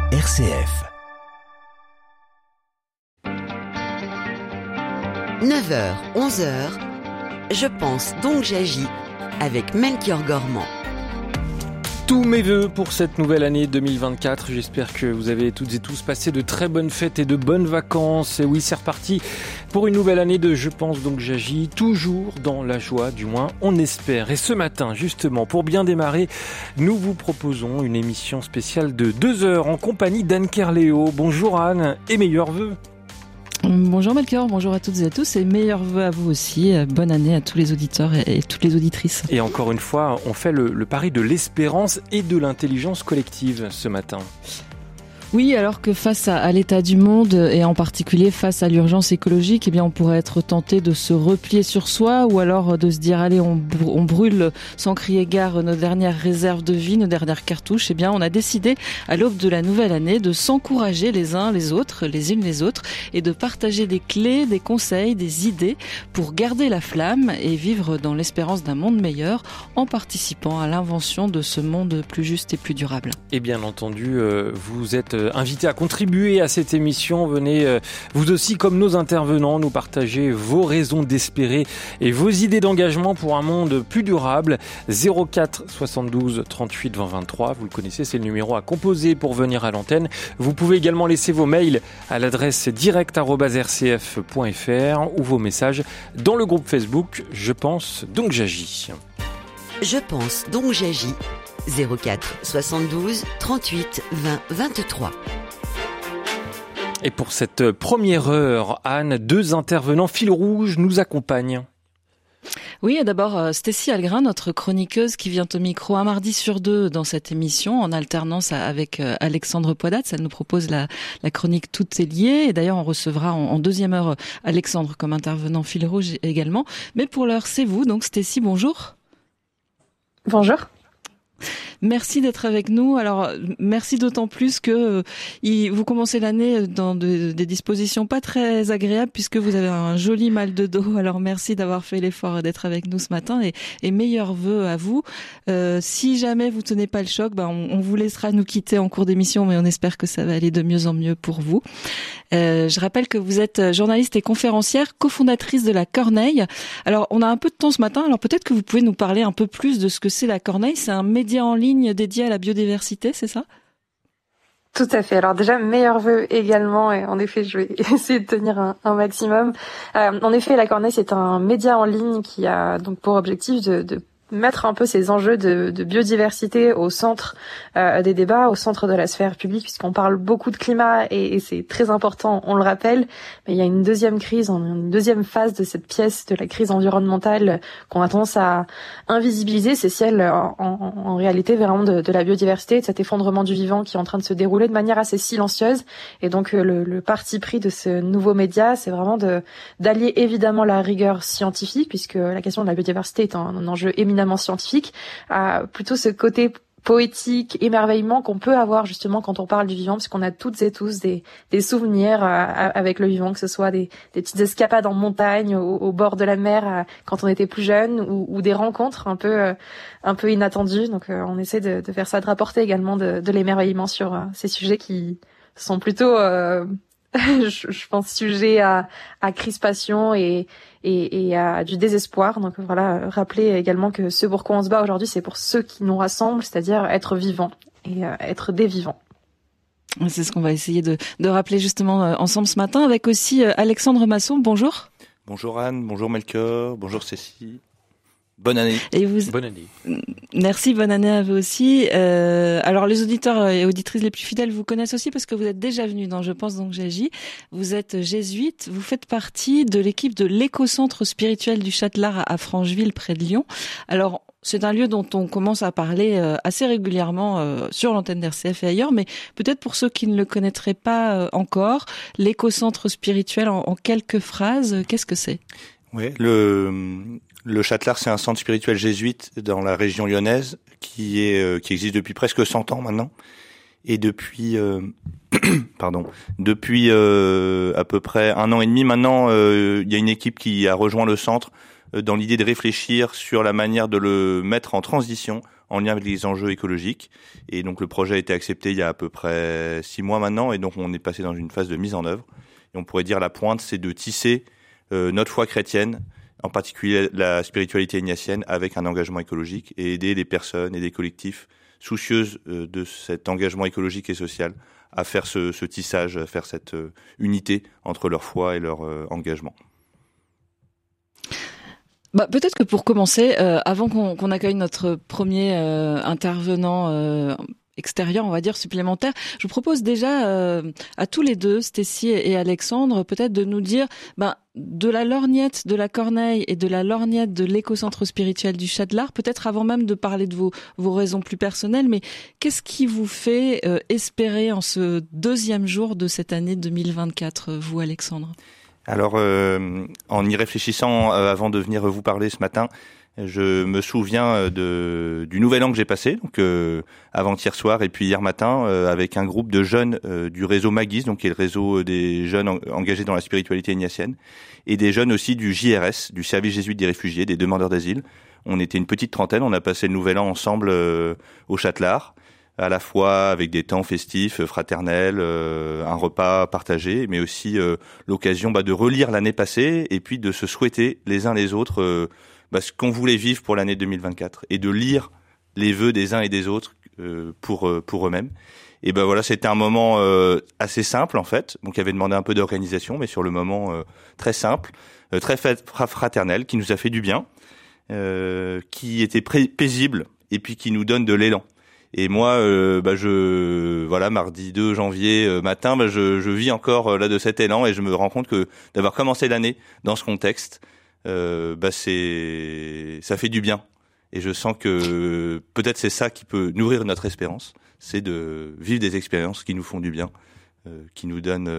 RCF. 9h, 11h, je pense donc j'agis avec Melchior Gormand. Tous mes vœux pour cette nouvelle année 2024. J'espère que vous avez toutes et tous passé de très bonnes fêtes et de bonnes vacances. Et oui, c'est reparti pour une nouvelle année de Je pense donc j'agis, toujours dans la joie, du moins on espère. Et ce matin, justement, pour bien démarrer, nous vous proposons une émission spéciale de 2 heures en compagnie d'Anne Kerléo. Bonjour Anne et meilleurs vœux. Bonjour Melchior, bonjour à toutes et à tous et meilleurs vœux à vous aussi. Bonne année à tous les auditeurs et toutes les auditrices. Et encore une fois, on fait le pari de l'espérance et de l'intelligence collective ce matin. Oui, alors que face à l'état du monde et en particulier face à l'urgence écologique, eh bien on pourrait être tenté de se replier sur soi ou alors de se dire allez on brûle sans crier gare nos dernières réserves de vie, nos dernières cartouches. Eh bien on a décidé à l'aube de la nouvelle année de s'encourager les uns les autres, les unes les autres et de partager des clés, des conseils, des idées pour garder la flamme et vivre dans l'espérance d'un monde meilleur en participant à l'invention de ce monde plus juste et plus durable. Et bien entendu, vous êtes invité à contribuer à cette émission. Venez vous aussi comme nos intervenants nous partager vos raisons d'espérer et vos idées d'engagement pour un monde plus durable. 04 72 38 20 23, vous le connaissez, c'est le numéro à composer pour venir à l'antenne. Vous pouvez également laisser vos mails à l'adresse direct@rcf.fr ou vos messages dans le groupe Facebook Je pense donc j'agis. Je pense donc j'agis. 04 72 38 20 23. Et pour cette première heure, Anne, 2 intervenants fil rouge nous accompagnent. Oui, et d'abord Stécie Algrin, notre chroniqueuse qui vient au micro un mardi sur 2 dans cette émission en alternance avec Alexandre Poidat. Elle nous propose la chronique Tout est lié. Et d'ailleurs, on recevra en deuxième heure Alexandre comme intervenant fil rouge également. Mais pour l'heure, c'est vous. Donc Stécie, bonjour. Bonjour. Merci d'être avec nous. Alors, merci d'autant plus que vous commencez l'année dans des dispositions pas très agréables puisque vous avez un joli mal de dos. Alors, merci d'avoir fait l'effort d'être avec nous ce matin et meilleurs vœux à vous. Si jamais vous tenez pas le choc, on vous laissera nous quitter en cours d'émission, mais on espère que ça va aller de mieux en mieux pour vous. Je rappelle que vous êtes journaliste et conférencière, cofondatrice de la Corneille. Alors, on a un peu de temps ce matin, alors peut-être que vous pouvez nous parler un peu plus de ce que c'est la Corneille. C'est un média en ligne dédié à la biodiversité, c'est ça ? Tout à fait. Alors déjà, meilleurs vœux également, et en effet, je vais essayer de tenir un maximum. En effet, la Corneille, c'est un média en ligne qui a donc pour objectif de mettre un peu ces enjeux de biodiversité au centre des débats, au centre de la sphère publique, puisqu'on parle beaucoup de climat et c'est très important, on le rappelle, mais il y a une deuxième crise, une deuxième phase de cette pièce de la crise environnementale qu'on a tendance à invisibiliser, c'est celle en réalité vraiment de la biodiversité, de cet effondrement du vivant qui est en train de se dérouler de manière assez silencieuse. Et donc le parti pris de ce nouveau média, c'est vraiment d'allier évidemment la rigueur scientifique, puisque la question de la biodiversité est un enjeu éminemment scientifique, plutôt ce côté poétique, émerveillement qu'on peut avoir justement quand on parle du vivant, parce qu'on a toutes et tous des souvenirs avec le vivant, que ce soit des petites escapades en montagne, au bord de la mer quand on était plus jeune, ou des rencontres un peu inattendues. Donc on essaie de faire ça, de rapporter également de l'émerveillement sur ces sujets qui sont plutôt je pense sujet à crispation et à du désespoir. Donc voilà, rappeler également que ce pour quoi on se bat aujourd'hui, c'est pour ceux qui nous rassemblent, c'est-à-dire être vivants et être des vivants. C'est ce qu'on va essayer de rappeler justement ensemble ce matin avec aussi Alexandre Masson. Bonjour. Bonjour Anne, bonjour Melchior, bonjour Cécile. Bonne année. Bonne année. Merci, bonne année à vous aussi. Alors les auditeurs et auditrices les plus fidèles vous connaissent aussi parce que vous êtes déjà venus dans Je pense donc j'agis. Vous êtes jésuite, vous faites partie de l'équipe de l'éco-centre spirituel du Châtelard à Francheville près de Lyon. Alors c'est un lieu dont on commence à parler assez régulièrement sur l'antenne d'RCF et ailleurs, mais peut-être pour ceux qui ne le connaîtraient pas encore, l'éco-centre spirituel en quelques phrases, qu'est-ce que c'est ? Oui, le Châtelard, c'est un centre spirituel jésuite dans la région lyonnaise qui existe depuis presque 100 ans maintenant. Et depuis à peu près 1 an et demi maintenant, il y a une équipe qui a rejoint le centre dans l'idée de réfléchir sur la manière de le mettre en transition en lien avec les enjeux écologiques. Et donc le projet a été accepté il y a à peu près 6 mois maintenant, et donc on est passé dans une phase de mise en œuvre. Et on pourrait dire la pointe, c'est de tisser notre foi chrétienne, en particulier la spiritualité ignatienne, avec un engagement écologique, et aider les personnes et des collectifs soucieuses de cet engagement écologique et social à faire ce tissage, à faire cette unité entre leur foi et leur engagement. Peut-être que pour commencer, avant qu'on accueille notre premier intervenant extérieur, on va dire supplémentaire, je vous propose déjà à tous les deux, Stécie et Alexandre, peut-être de nous dire de la lorgnette de la Corneille et de la lorgnette de l'écocentre spirituel du Châtelard, peut-être avant même de parler de vos raisons plus personnelles, mais qu'est-ce qui vous fait espérer en ce deuxième jour de cette année 2024, vous Alexandre ? Alors, en y réfléchissant avant de venir vous parler ce matin, je me souviens du nouvel an que j'ai passé, donc avant-hier soir et puis hier matin, avec un groupe de jeunes du réseau Magis, donc qui est le réseau des jeunes engagés dans la spiritualité ignatienne, et des jeunes aussi du JRS, du service jésuite des réfugiés, des demandeurs d'asile. On était une petite trentaine, on a passé le nouvel an ensemble au Châtelard, à la fois avec des temps festifs, fraternels, un repas partagé, mais aussi l'occasion de relire l'année passée et puis de se souhaiter les uns les autres ce qu'on voulait vivre pour l'année 2024 et de lire les vœux des uns et des autres pour eux-mêmes. Et voilà, c'était un moment assez simple en fait, donc il avait demandé un peu d'organisation, mais sur le moment très simple, très fraternel, qui nous a fait du bien, qui était paisible et puis qui nous donne de l'élan. Et moi, mardi 2 janvier matin, je vis encore là de cet élan et je me rends compte que d'avoir commencé l'année dans ce contexte, ça fait du bien. Et je sens que peut-être c'est ça qui peut nourrir notre espérance, c'est de vivre des expériences qui nous font du bien, qui nous donnent,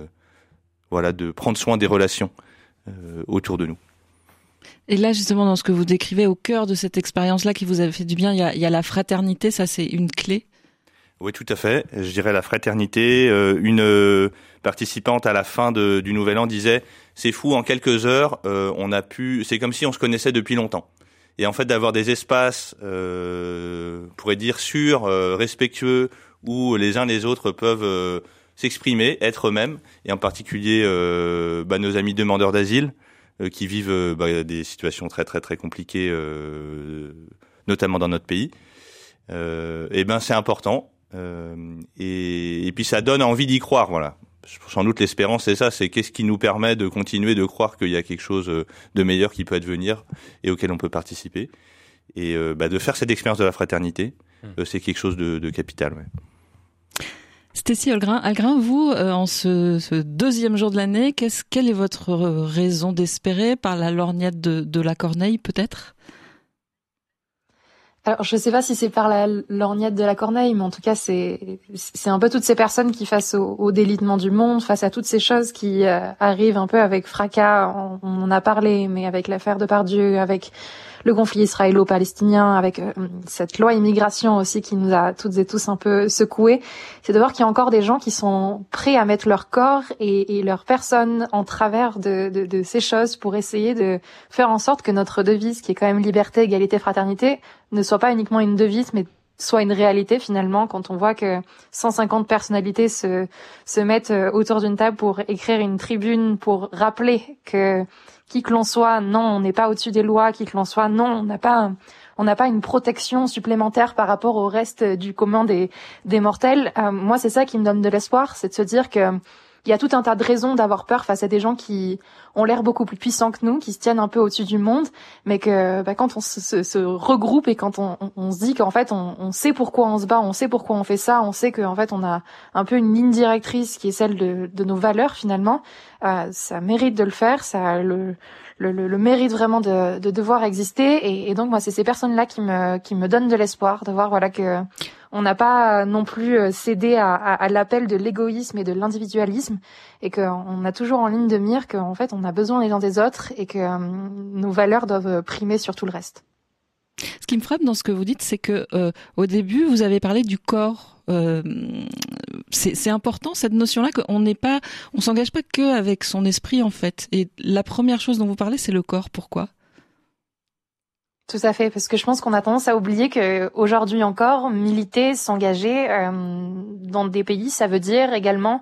de prendre soin des relations autour de nous. Et là, justement, dans ce que vous décrivez, au cœur de cette expérience-là qui vous a fait du bien, il y a la fraternité, ça c'est une clé. Oui, tout à fait. Je dirais la fraternité. Une participante à la fin du Nouvel An disait « C'est fou, en quelques heures, c'est comme si on se connaissait depuis longtemps. » Et en fait, d'avoir des espaces, on pourrait dire sûrs, respectueux, où les uns les autres peuvent s'exprimer, être eux-mêmes, et en particulier nos amis demandeurs d'asile, qui vivent des situations très très très compliquées, notamment dans notre pays. C'est important, et puis ça donne envie d'y croire. Voilà. Sans doute l'espérance c'est ça, c'est qu'est-ce qui nous permet de continuer de croire qu'il y a quelque chose de meilleur qui peut advenir et auquel on peut participer, et de faire cette expérience de la fraternité, c'est quelque chose de capital. Ouais. Stécie Algrin, vous, en ce deuxième jour de l'année, quelle est votre raison d'espérer par la lorgnette de la Corneille, peut-être ? Alors, je sais pas si c'est par la lorgnette de la Corneille, mais en tout cas, c'est un peu toutes ces personnes qui, face au délitement du monde, face à toutes ces choses qui arrivent un peu avec fracas, on en a parlé, mais avec l'affaire de Pardieu, avec le conflit israélo-palestinien, avec cette loi immigration aussi qui nous a toutes et tous un peu secoués, c'est de voir qu'il y a encore des gens qui sont prêts à mettre leur corps et leur personne en travers de ces choses pour essayer de faire en sorte que notre devise, qui est quand même liberté, égalité, fraternité, ne soit pas uniquement une devise, mais soit une réalité finalement, quand on voit que 150 personnalités se mettent autour d'une table pour écrire une tribune, pour rappeler que qui que l'on soit, non, on n'est pas au-dessus des lois, qui que l'on soit, non, on n'a pas une protection supplémentaire par rapport au reste du commun des mortels. Moi, c'est ça qui me donne de l'espoir, c'est de se dire que il y a tout un tas de raisons d'avoir peur face à des gens qui ont l'air beaucoup plus puissants que nous, qui se tiennent un peu au-dessus du monde, mais que quand on se regroupe et quand on se dit qu'en fait on sait pourquoi on se bat, on sait pourquoi on fait ça, on sait qu'en fait on a un peu une ligne directrice qui est celle de nos valeurs finalement, ça mérite de le faire, ça a le mérite vraiment de devoir exister, et donc moi c'est ces personnes-là qui me donnent de l'espoir, de voir que on n'a pas non plus cédé à l'appel de l'égoïsme et de l'individualisme, et qu'on a toujours en ligne de mire qu'en fait on a besoin les uns des autres et que nos valeurs doivent primer sur tout le reste. Ce qui me frappe dans ce que vous dites, c'est que au début vous avez parlé du corps. C'est important cette notion-là, on s'engage pas que avec son esprit en fait. Et la première chose dont vous parlez, c'est le corps. Pourquoi ? Tout à fait, parce que je pense qu'on a tendance à oublier que aujourd'hui encore, militer, s'engager dans des pays, ça veut dire également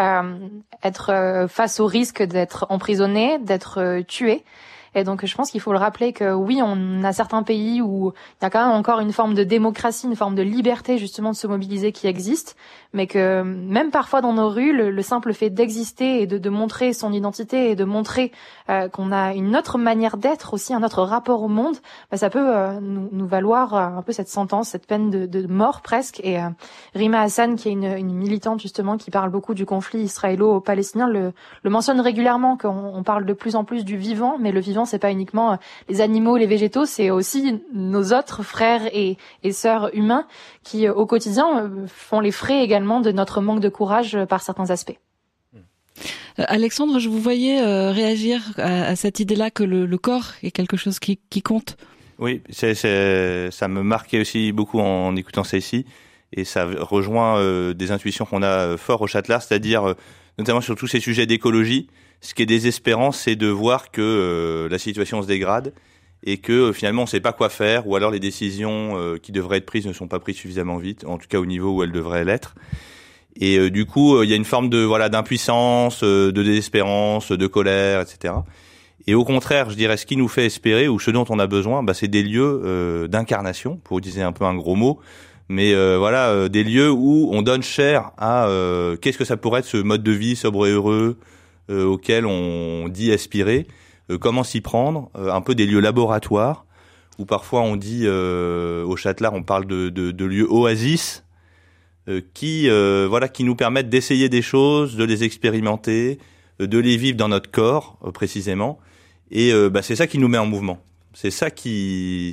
être face au risque d'être emprisonné, d'être tué. Et donc je pense qu'il faut le rappeler que oui, on a certains pays où il y a quand même encore une forme de démocratie, une forme de liberté justement de se mobiliser qui existe, mais que même parfois dans nos rues, le simple fait d'exister et de montrer son identité et de montrer qu'on a une autre manière d'être aussi, un autre rapport au monde, ça peut nous valoir un peu cette sentence, cette peine de mort presque. Et Rima Hassan, qui est une militante justement qui parle beaucoup du conflit israélo-palestinien, le mentionne régulièrement, qu'on parle de plus en plus du vivant, mais le vivant c'est pas uniquement les animaux, les végétaux, c'est aussi nos autres frères et sœurs humains qui au quotidien font les frais également de notre manque de courage par certains aspects. Alexandre, je vous voyais réagir à cette idée-là que le corps est quelque chose qui compte. Oui, ça me marquait aussi beaucoup en écoutant ça ici, et ça rejoint des intuitions qu'on a fort au Châtelard, c'est-à-dire notamment sur tous ces sujets d'écologie. Ce qui est désespérant, c'est de voir que la situation se dégrade et que finalement on ne sait pas quoi faire, ou alors les décisions qui devraient être prises ne sont pas prises suffisamment vite, en tout cas au niveau où elles devraient l'être. Et du coup, il y a une forme d'impuissance, de désespérance, de colère, etc. Et au contraire, je dirais, ce qui nous fait espérer, ou ce dont on a besoin, c'est des lieux d'incarnation, pour utiliser un peu un gros mot, mais des lieux où on donne chair à qu'est-ce que ça pourrait être ce mode de vie sobre et heureux auquel on dit aspirer, comment s'y prendre, un peu des lieux laboratoires, où parfois on dit au Châtelard, on parle de lieux oasis, qui nous permettent d'essayer des choses, de les expérimenter, de les vivre dans notre corps précisément, et c'est ça qui nous met en mouvement. C'est ça qui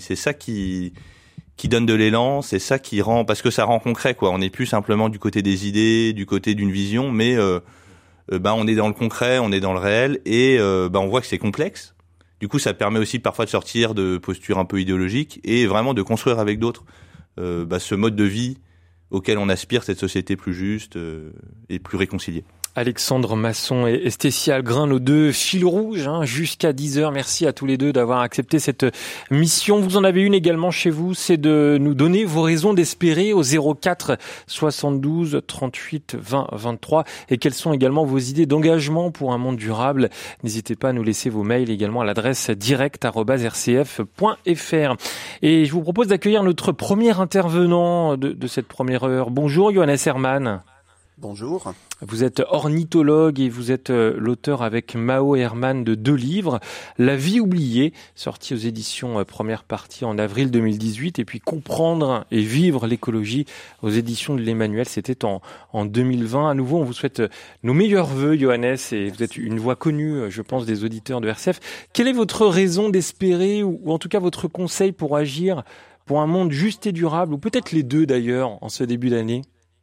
donne de l'élan, c'est ça qui rend, parce que ça rend concret, quoi. On n'est plus simplement du côté des idées, du côté d'une vision, mais on est dans le concret, on est dans le réel, et on voit que c'est complexe. Du coup, ça permet aussi parfois de sortir de postures un peu idéologiques et vraiment de construire avec d'autres ce mode de vie auquel on aspire, cette société plus juste et plus réconciliée. Alexandre Masson et Stécie Algrin, nos deux fils rouges, jusqu'à 10h. Merci à tous les deux d'avoir accepté cette mission. Vous en avez une également chez vous, c'est de nous donner vos raisons d'espérer au 04 72 38 20 23. Et quelles sont également vos idées d'engagement pour un monde durable? N'hésitez pas à nous laisser vos mails également à l'adresse direct@rcf.fr. Et je vous propose d'accueillir notre premier intervenant de cette première heure. Bonjour Johannes Herman. Bonjour. Vous êtes ornithologue et vous êtes l'auteur avec Mao Herman de 2 livres. La vie oubliée, sorti aux éditions Première Partie en avril 2018, et puis Comprendre et vivre l'écologie aux éditions de l'Emmanuel, c'était en 2020. À nouveau, on vous souhaite nos meilleurs vœux, Johannes, et vous êtes une voix connue, je pense, des auditeurs de RCF. Quelle est votre raison d'espérer, ou en tout cas votre conseil pour agir pour un monde juste et durable, ou peut-être les deux d'ailleurs, en ce début d'année?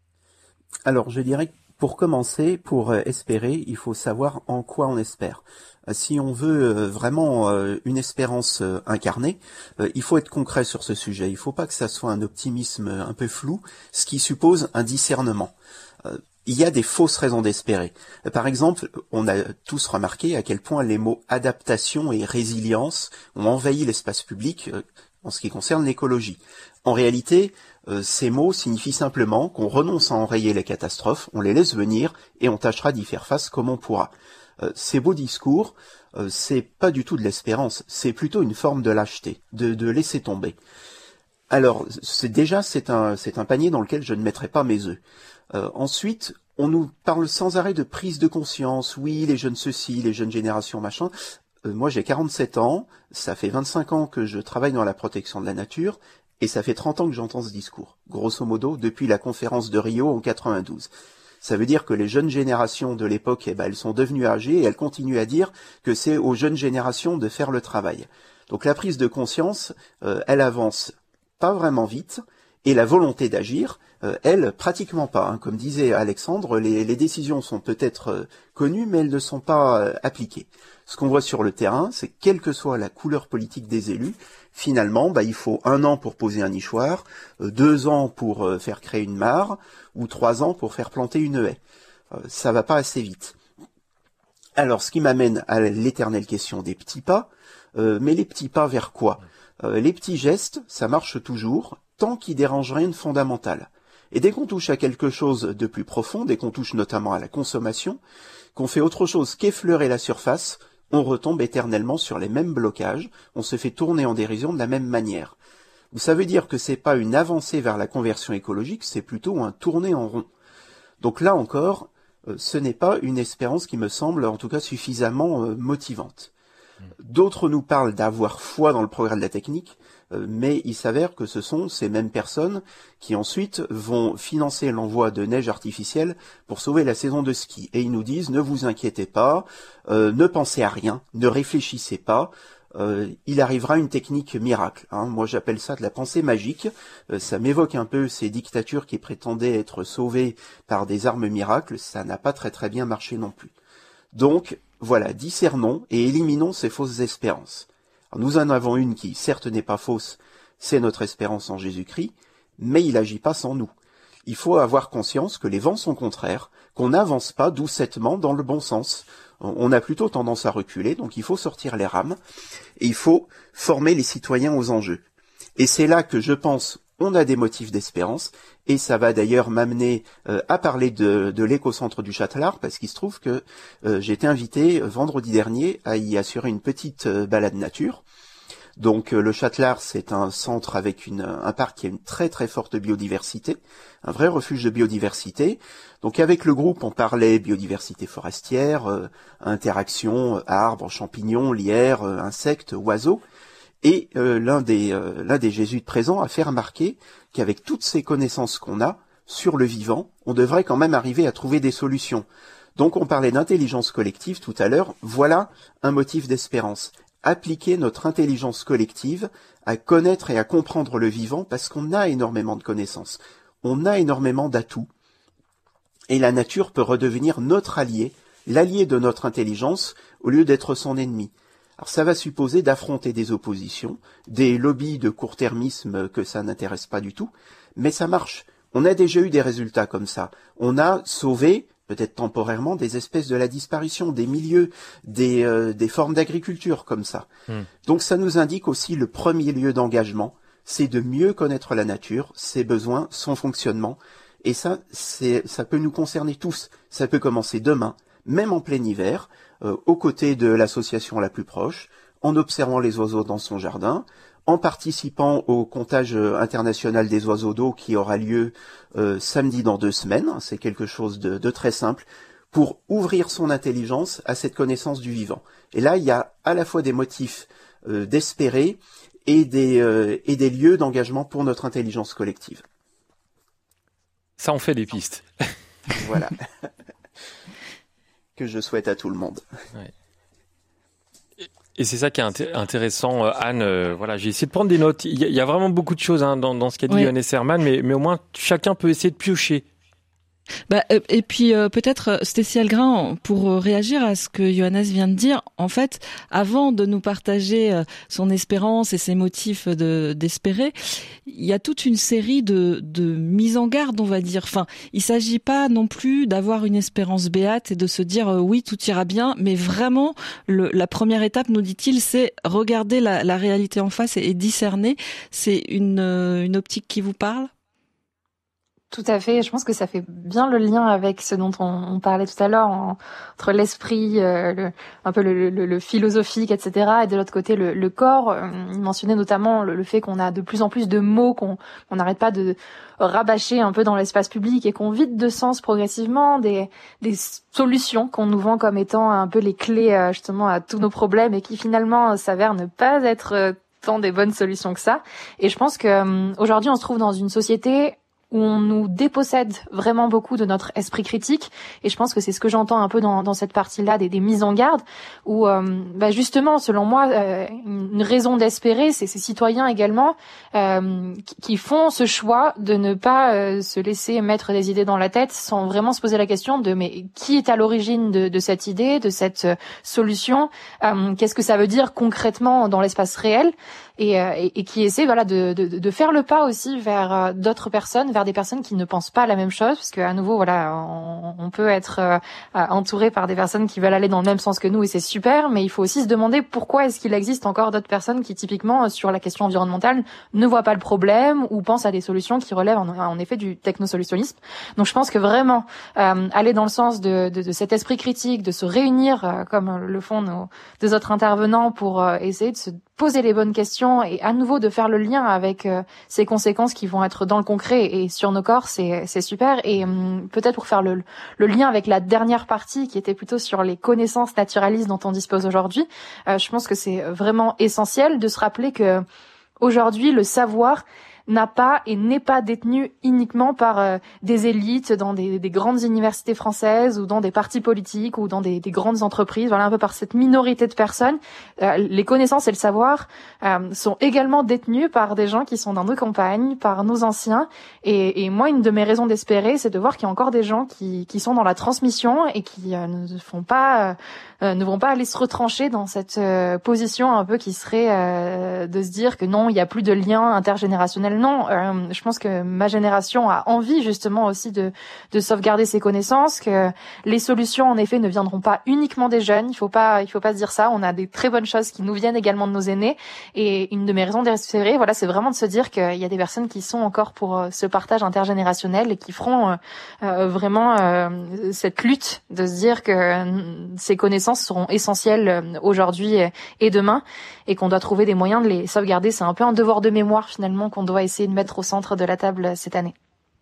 Alors, je dirais que pour commencer, pour espérer, il faut savoir en quoi on espère. Si on veut vraiment une espérance incarnée, il faut être concret sur ce sujet. Il ne faut pas que ça soit un optimisme un peu flou, ce qui suppose un discernement. Il y a des fausses raisons d'espérer. Par exemple, on a tous remarqué à quel point les mots adaptation et résilience ont envahi l'espace public en ce qui concerne l'écologie. En réalité, ces mots signifient simplement qu'on renonce à enrayer les catastrophes, on les laisse venir et on tâchera d'y faire face comme on pourra. Ces beaux discours, c'est pas du tout de l'espérance, c'est plutôt une forme de lâcheté, de laisser tomber. Alors, c'est un panier dans lequel je ne mettrai pas mes œufs. Ensuite, on nous parle sans arrêt de prise de conscience, oui, les jeunes ceci, les jeunes générations machin. Moi j'ai 47 ans, ça fait 25 ans que je travaille dans la protection de la nature, et ça fait 30 ans que j'entends ce discours, grosso modo, depuis la conférence de Rio en 92. Ça veut dire que les jeunes générations de l'époque, elles sont devenues âgées, et elles continuent à dire que c'est aux jeunes générations de faire le travail. Donc la prise de conscience, elle avance pas vraiment vite, et la volonté d'agir, elle, pratiquement pas. Comme disait Alexandre, les décisions sont peut-être connues, mais elles ne sont pas appliquées. Ce qu'on voit sur le terrain, c'est que quelle que soit la couleur politique des élus, finalement, il faut 1 an pour poser un nichoir, 2 ans pour faire créer une mare, ou 3 ans pour faire planter une haie. Ça va pas assez vite. Alors, ce qui m'amène à l'éternelle question des petits pas, mais les petits pas vers quoi ? Les petits gestes, ça marche toujours, tant qu'ils dérangent rien de fondamental. Et dès qu'on touche à quelque chose de plus profond, dès qu'on touche notamment à la consommation, qu'on fait autre chose qu'effleurer la surface, on retombe éternellement sur les mêmes blocages, on se fait tourner en dérision de la même manière. Ça veut dire que c'est pas une avancée vers la conversion écologique, c'est plutôt un tourner en rond. Donc là encore, ce n'est pas une espérance qui me semble en tout cas suffisamment motivante. D'autres nous parlent d'avoir foi dans le progrès de la technique, mais il s'avère que ce sont ces mêmes personnes qui ensuite vont financer l'envoi de neige artificielle pour sauver la saison de ski. Et ils nous disent, ne vous inquiétez pas, ne pensez à rien, ne réfléchissez pas, il arrivera une technique miracle. Moi j'appelle ça de la pensée magique, ça m'évoque un peu ces dictatures qui prétendaient être sauvées par des armes miracles, ça n'a pas très très bien marché non plus. Donc voilà, discernons et éliminons ces fausses espérances. Alors, nous en avons une qui, certes, n'est pas fausse, c'est notre espérance en Jésus-Christ, mais il n'agit pas sans nous. Il faut avoir conscience que les vents sont contraires, qu'on n'avance pas doucettement dans le bon sens. On a plutôt tendance à reculer, donc il faut sortir les rames, et il faut former les citoyens aux enjeux. Et c'est là que je pense, on a des motifs d'espérance, et ça va d'ailleurs m'amener à parler de l'écocentre du Châtelard, parce qu'il se trouve que j'ai été invité vendredi dernier à y assurer une petite balade nature. Donc le Châtelard, c'est un centre avec un parc qui a une très très forte biodiversité, un vrai refuge de biodiversité. Donc avec le groupe, on parlait biodiversité forestière, interaction, arbres, champignons, lierres, insectes, oiseaux. Et l'un des jésuites présents a fait remarquer qu'avec toutes ces connaissances qu'on a sur le vivant, on devrait quand même arriver à trouver des solutions. Donc on parlait d'intelligence collective tout à l'heure, voilà un motif d'espérance. Appliquer notre intelligence collective à connaître et à comprendre le vivant parce qu'on a énormément de connaissances, on a énormément d'atouts. Et la nature peut redevenir notre allié, l'allié de notre intelligence au lieu d'être son ennemi. Alors ça va supposer d'affronter des oppositions, des lobbies de court-termisme que ça n'intéresse pas du tout, mais ça marche. On a déjà eu des résultats comme ça. On a sauvé, peut-être temporairement, des espèces de la disparition, des milieux, des formes d'agriculture comme ça. Donc ça nous indique aussi le premier lieu d'engagement, c'est de mieux connaître la nature, ses besoins, son fonctionnement, et ça peut nous concerner tous. Ça peut commencer demain, même en plein hiver, aux côtés de l'association la plus proche, en observant les oiseaux dans son jardin, en participant au comptage international des oiseaux d'eau qui aura lieu samedi dans 2 semaines. C'est quelque chose de très simple pour ouvrir son intelligence à cette connaissance du vivant. Et là, il y a à la fois des motifs d'espérer et des lieux d'engagement pour notre intelligence collective. Ça en fait des pistes. Voilà. Que je souhaite à tout le monde. Ouais. Et c'est ça qui est intéressant, Anne. Voilà, j'ai essayé de prendre des notes. Il y a vraiment beaucoup de choses dans ce qu'a dit Johannes Herrmann, mais au moins chacun peut essayer de piocher. Et puis peut-être Stécie Algrin, pour réagir à ce que Johannes vient de dire, en fait, avant de nous partager son espérance et ses motifs d'espérer, il y a toute une série de mises en garde, on va dire. Enfin, il s'agit pas non plus d'avoir une espérance béate et de se dire oui, tout ira bien, mais vraiment la première étape, nous dit-il, c'est regarder la réalité en face et discerner. C'est une optique qui vous parle ? Tout à fait. Je pense que ça fait bien le lien avec ce dont on parlait tout à l'heure, entre l'esprit, un peu le philosophique, etc., et de l'autre côté le corps. Il mentionnait notamment le fait qu'on a de plus en plus de mots qu'on n'arrête pas de rabâcher un peu dans l'espace public et qu'on vide de sens progressivement, des solutions qu'on nous vend comme étant un peu les clés justement à tous nos problèmes et qui finalement s'avèrent ne pas être tant des bonnes solutions que ça. Et je pense que aujourd'hui on se trouve dans une société où on nous dépossède vraiment beaucoup de notre esprit critique, et je pense que c'est ce que j'entends un peu dans cette partie-là des mises en garde, où justement, selon moi, une raison d'espérer, c'est ces citoyens également qui font ce choix de ne pas se laisser mettre des idées dans la tête sans vraiment se poser la question de mais qui est à l'origine de cette idée, de cette solution, qu'est-ce que ça veut dire concrètement dans l'espace réel, et qui essaie de faire le pas aussi vers d'autres personnes, vers des personnes qui ne pensent pas la même chose, parce que à nouveau on peut être entouré par des personnes qui veulent aller dans le même sens que nous et c'est super, mais il faut aussi se demander pourquoi est-ce qu'il existe encore d'autres personnes qui typiquement sur la question environnementale ne voient pas le problème ou pensent à des solutions qui relèvent en effet du technosolutionnisme. Donc je pense que vraiment aller dans le sens de cet esprit critique, de se réunir comme le font nos deux autres intervenants pour essayer de se poser les bonnes questions et à nouveau de faire le lien avec ces conséquences qui vont être dans le concret et sur nos corps, c'est super. Et peut-être pour faire le lien avec la dernière partie qui était plutôt sur les connaissances naturalistes dont on dispose aujourd'hui, je pense que c'est vraiment essentiel de se rappeler que aujourd'hui le savoir n'a pas et n'est pas détenu uniquement par des élites dans des grandes universités françaises ou dans des partis politiques ou dans des grandes entreprises, un peu par cette minorité de personnes. Les connaissances et le savoir sont également détenus par des gens qui sont dans nos campagnes, par nos anciens. Et moi, une de mes raisons d'espérer, c'est de voir qu'il y a encore des gens qui sont dans la transmission et qui ne vont pas aller se retrancher dans cette position un peu qui serait de se dire que non, il n'y a plus de lien intergénérationnel. Non, je pense que ma génération a envie justement aussi de sauvegarder ses connaissances, que les solutions en effet ne viendront pas uniquement des jeunes. Il faut pas se dire ça. On a des très bonnes choses qui nous viennent également de nos aînés. Et une de mes raisons d'espérer, c'est vraiment de se dire qu'il y a des personnes qui sont encore pour ce partage intergénérationnel et qui feront vraiment cette lutte de se dire que ces connaissances seront essentielles aujourd'hui et demain et qu'on doit trouver des moyens de les sauvegarder. C'est un peu un devoir de mémoire finalement qu'on doit essayer de mettre au centre de la table cette année.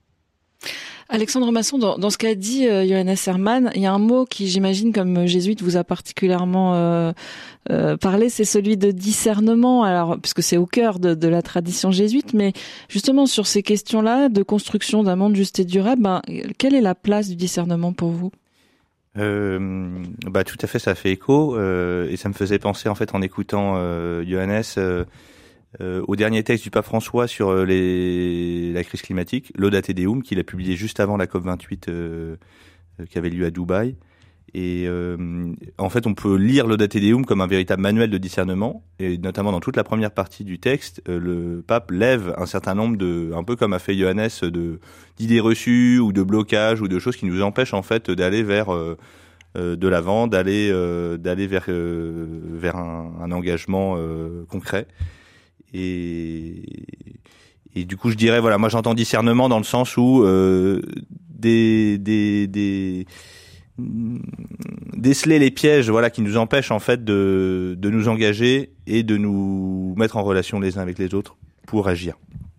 Alexandre Masson, dans ce qu'a dit Johannes Herrmann, il y a un mot qui, j'imagine, comme jésuite, vous a particulièrement parlé, c'est celui de discernement. Alors, puisque c'est au cœur de la tradition jésuite, mais justement sur ces questions-là de construction d'un monde juste et durable, quelle est la place du discernement pour vous ? Tout à fait, ça fait écho et ça me faisait penser en fait en écoutant Johannes au dernier texte du pape François sur la crise climatique, Laudate Deum, qu'il a publié juste avant la COP28 qui avait lieu à Dubaï. Et en fait, on peut lire Laudate Deum comme un véritable manuel de discernement, et notamment dans toute la première partie du texte, le pape lève un certain nombre un peu comme a fait Johannes, d'idées reçues ou de blocages ou de choses qui nous empêchent en fait d'aller vers de l'avant, d'aller vers un engagement concret. Et du coup, je dirais, moi j'entends discernement dans le sens où déceler les pièges qui nous empêchent en fait de nous engager et de nous mettre en relation les uns avec les autres pour agir.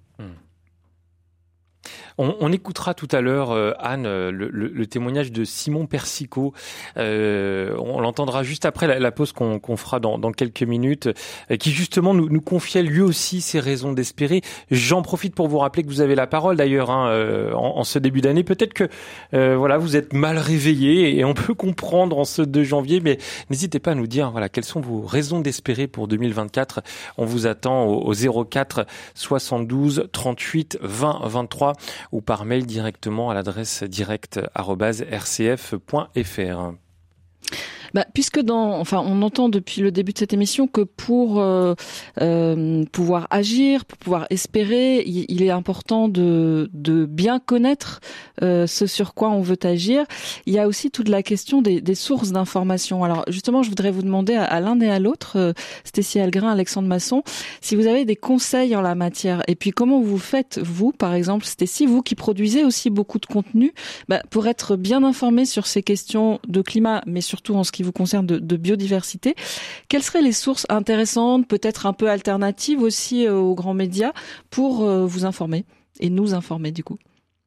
On écoutera tout à l'heure, Anne, le témoignage de Simon Persicot. On l'entendra juste après la pause qu'on fera dans quelques minutes, qui justement nous confiait lui aussi ses raisons d'espérer. J'en profite pour vous rappeler que vous avez la parole d'ailleurs en ce début d'année. Peut-être que vous êtes mal réveillés et on peut comprendre en ce 2 janvier, mais n'hésitez pas à nous dire quelles sont vos raisons d'espérer pour 2024. On vous attend au 04 72 38 20 23 ou par mail directement à l'adresse direct@rcf.fr. Puisque on entend depuis le début de cette émission que pour pouvoir agir, pour pouvoir espérer, il est important de bien connaître ce sur quoi on veut agir. Il y a aussi toute la question des sources d'information. Alors justement, je voudrais vous demander à l'un et à l'autre, Stécie Algrin, Alexandre Masson, si vous avez des conseils en la matière. Et puis comment vous faites, vous, par exemple, Stécie, vous qui produisez aussi beaucoup de contenu, pour être bien informé sur ces questions de climat, mais surtout en ce qui vous concerne de biodiversité. Quelles seraient les sources intéressantes, peut-être un peu alternatives aussi aux grands médias pour vous informer et nous informer du coup?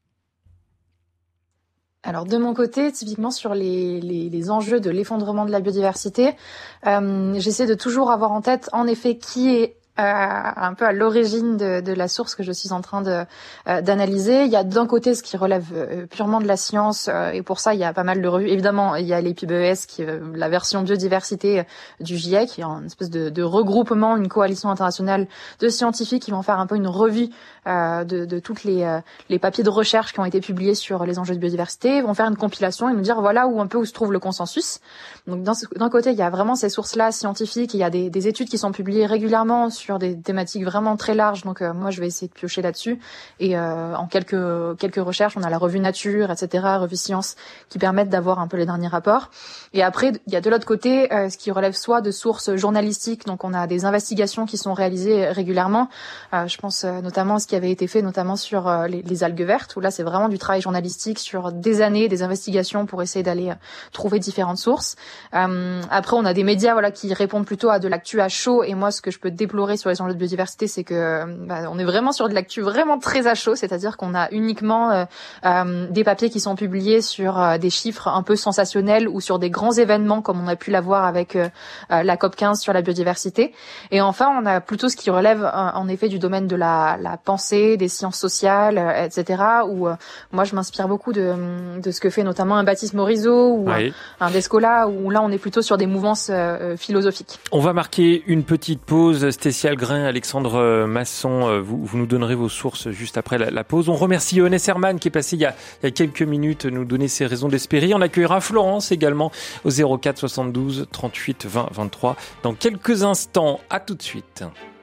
Alors de mon côté, typiquement sur les enjeux de l'effondrement de la biodiversité, j'essaie de toujours avoir en tête en effet qui est un peu à l'origine de la source que je suis en train d'analyser. Il y a d'un côté ce qui relève purement de la science et pour ça il y a pas mal de revues. Évidemment, il y a l'EPBES qui est la version biodiversité du GIEC, qui est une espèce de regroupement, une coalition internationale de scientifiques qui vont faire un peu une revue de toutes les papiers de recherche qui ont été publiés sur les enjeux de biodiversité, vont faire une compilation et nous dire voilà où se trouve le consensus. Donc d'un côté, il y a vraiment ces sources-là scientifiques, il y a des études qui sont publiées régulièrement sur sur des thématiques vraiment très larges. Donc moi, je vais essayer de piocher là-dessus. Et en quelques recherches, on a la revue Nature, etc., revue Science, qui permettent d'avoir un peu les derniers rapports. Et après, il y a de l'autre côté ce qui relève soit de sources journalistiques. Donc on a des investigations qui sont réalisées régulièrement. Je pense notamment à ce qui avait été fait, notamment sur les algues vertes, où là, c'est vraiment du travail journalistique sur des années, des investigations pour essayer d'aller trouver différentes sources. Après, on a des médias qui répondent plutôt à de l'actu à chaud. Et moi, ce que je peux déplorer sur les enjeux de biodiversité, c'est que on est vraiment sur de l'actu vraiment très à chaud, c'est-à-dire qu'on a uniquement des papiers qui sont publiés sur des chiffres un peu sensationnels ou sur des grands événements comme on a pu l'avoir avec la COP15 sur la biodiversité. Et enfin, on a plutôt ce qui relève en effet du domaine de la pensée, des sciences sociales, etc. Où moi, je m'inspire beaucoup de ce que fait notamment un Baptiste Morisot ou un Descola, où là, on est plutôt sur des mouvances philosophiques. On va marquer une petite pause. Stécie Algrin, Alexandre Masson, vous nous donnerez vos sources juste après la pause. On remercie Johannes Hermann qui est passé il y a quelques minutes nous donner ses raisons d'espérer. On accueillera Florence également au 04 72 38 20 23 dans quelques instants. À tout de suite.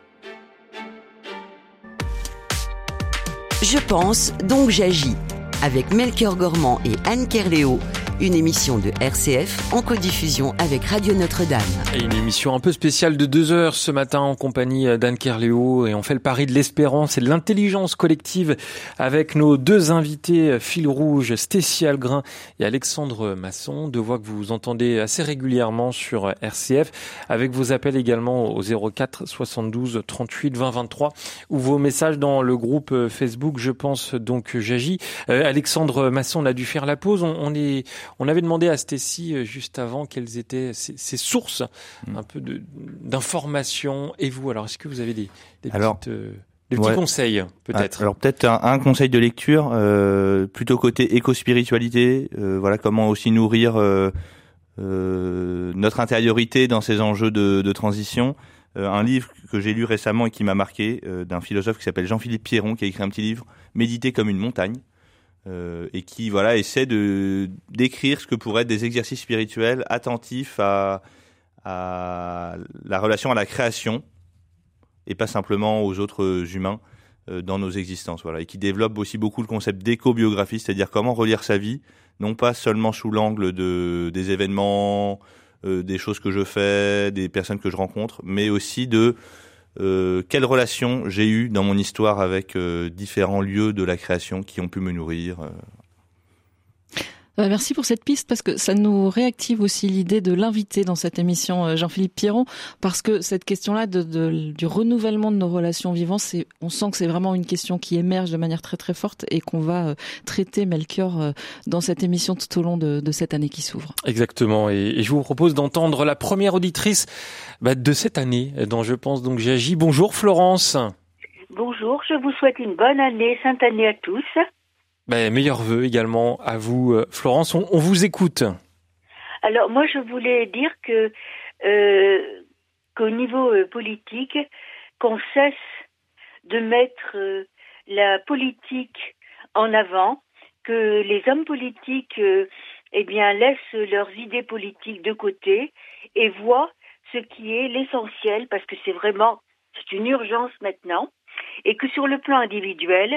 Je pense, donc j'agis. Avec Melchior Gormand et Anne Kerléo, une émission de RCF en codiffusion avec Radio Notre-Dame. Et une émission un peu spéciale de 2 heures ce matin en compagnie d'Anne Kerléo, et on fait le pari de l'espérance et de l'intelligence collective avec nos 2 invités fil rouge, Stécie Algrin et Alexandre Masson, 2 voix que vous entendez assez régulièrement sur RCF, avec vos appels également au 04 72 38 20 23 ou vos messages dans le groupe Facebook Je pense donc j'agis. Alexandre Masson, on a dû faire la pause. On avait demandé à Stécie juste avant quelles étaient ses sources un peu d'informations. Et vous, alors est-ce que vous avez des petits conseils peut-être? Alors peut-être un conseil de lecture, plutôt côté éco-spiritualité. Voilà comment aussi nourrir notre intériorité dans ces enjeux de transition. Un livre que j'ai lu récemment et qui m'a marqué, d'un philosophe qui s'appelle Jean-Philippe Pierron, qui a écrit un petit livre, Méditer comme une montagne. Et qui essaie de décrire ce que pourraient être des exercices spirituels attentifs à la relation à la création et pas simplement aux autres humains dans nos existences, et qui développe aussi beaucoup le concept d'éco-biographie, c'est-à-dire comment relire sa vie, non pas seulement sous l'angle des événements, des choses que je fais, des personnes que je rencontre, mais aussi de quelle relation j'ai eue dans mon histoire avec différents lieux de la création qui ont pu me nourrir. Merci pour cette piste, parce que ça nous réactive aussi l'idée de l'inviter dans cette émission, Jean-Philippe Pierron, parce que cette question-là du renouvellement de nos relations vivantes, on sent que c'est vraiment une question qui émerge de manière très très forte et qu'on va traiter, Melchior, dans cette émission tout au long de cette année qui s'ouvre. Exactement, et je vous propose d'entendre la première auditrice de cette année dont Je pense donc j'agis. Bonjour Florence. Bonjour, je vous souhaite une bonne année, sainte année à tous. Meilleurs vœux également à vous, Florence. On vous écoute. Alors moi, je voulais dire qu'au niveau politique, qu'on cesse de mettre la politique en avant, que les hommes politiques, laissent leurs idées politiques de côté et voient ce qui est l'essentiel, parce que c'est une urgence maintenant. Et que sur le plan individuel,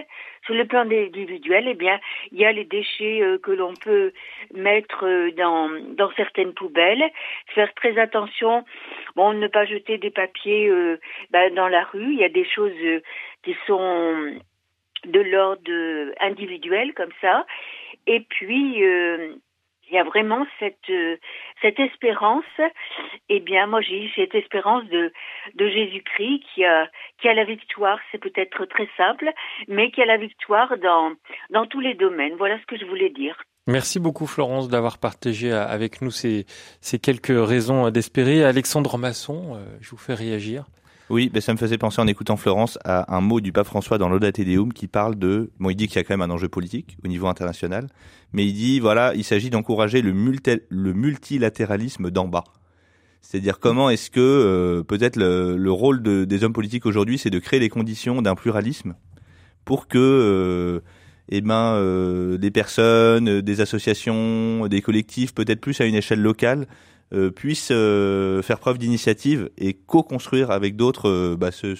il y a les déchets que l'on peut mettre dans certaines poubelles, faire très attention, ne pas jeter des papiers dans la rue. Il y a des choses qui sont de l'ordre individuel comme ça. Et puis il y a vraiment cette espérance. Moi j'ai eu cette espérance de Jésus-Christ qui a la victoire. C'est peut-être très simple, mais qui a la victoire dans tous les domaines. Voilà ce que je voulais dire. Merci beaucoup Florence d'avoir partagé avec nous ces quelques raisons d'espérer. Alexandre Masson, je vous fais réagir. Oui, ça me faisait penser en écoutant Florence à un mot du pape François dans l'Aude Te Deum qui parle il dit qu'il y a quand même un enjeu politique au niveau international, mais il dit il s'agit d'encourager le multilatéralisme d'en bas. C'est-à-dire comment est-ce que peut-être le rôle des hommes politiques aujourd'hui, c'est de créer les conditions d'un pluralisme pour que des personnes, des associations, des collectifs, peut-être plus à une échelle locale, puissent faire preuve d'initiative et co-construire avec d'autres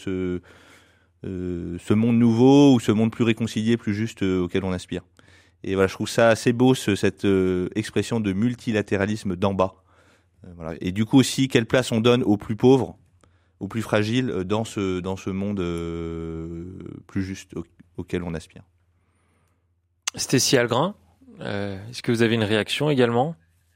ce monde nouveau ou ce monde plus réconcilié, plus juste auquel on aspire. Et voilà, je trouve ça assez beau cette expression de multilatéralisme d'en bas. Voilà. Et du coup aussi, quelle place on donne aux plus pauvres, aux plus fragiles dans ce monde plus juste auquel on aspire. Stécie Algrin, est-ce que vous avez une réaction également ?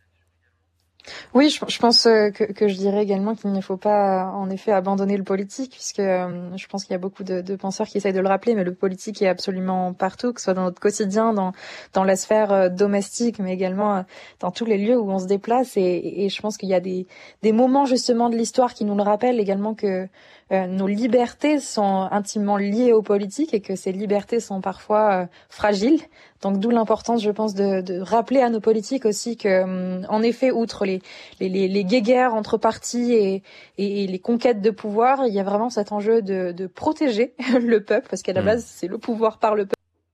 Oui, je pense que je dirais également qu'il ne faut pas en effet abandonner le politique, puisque je pense qu'il y a beaucoup de penseurs qui essayent de le rappeler, mais le politique est absolument partout, que ce soit dans notre quotidien, dans la sphère domestique, mais également dans tous les lieux où on se déplace. Et je pense qu'il y a des moments justement de l'histoire qui nous le rappellent également que nos libertés sont intimement liées aux politiques et que ces libertés sont parfois fragiles. Donc d'où l'importance, je pense, de rappeler à nos politiques aussi que, en effet, outre les guéguerres entre partis et les conquêtes de pouvoir, il y a vraiment cet enjeu de protéger le peuple, parce qu'à la base, c'est le pouvoir par le peuple.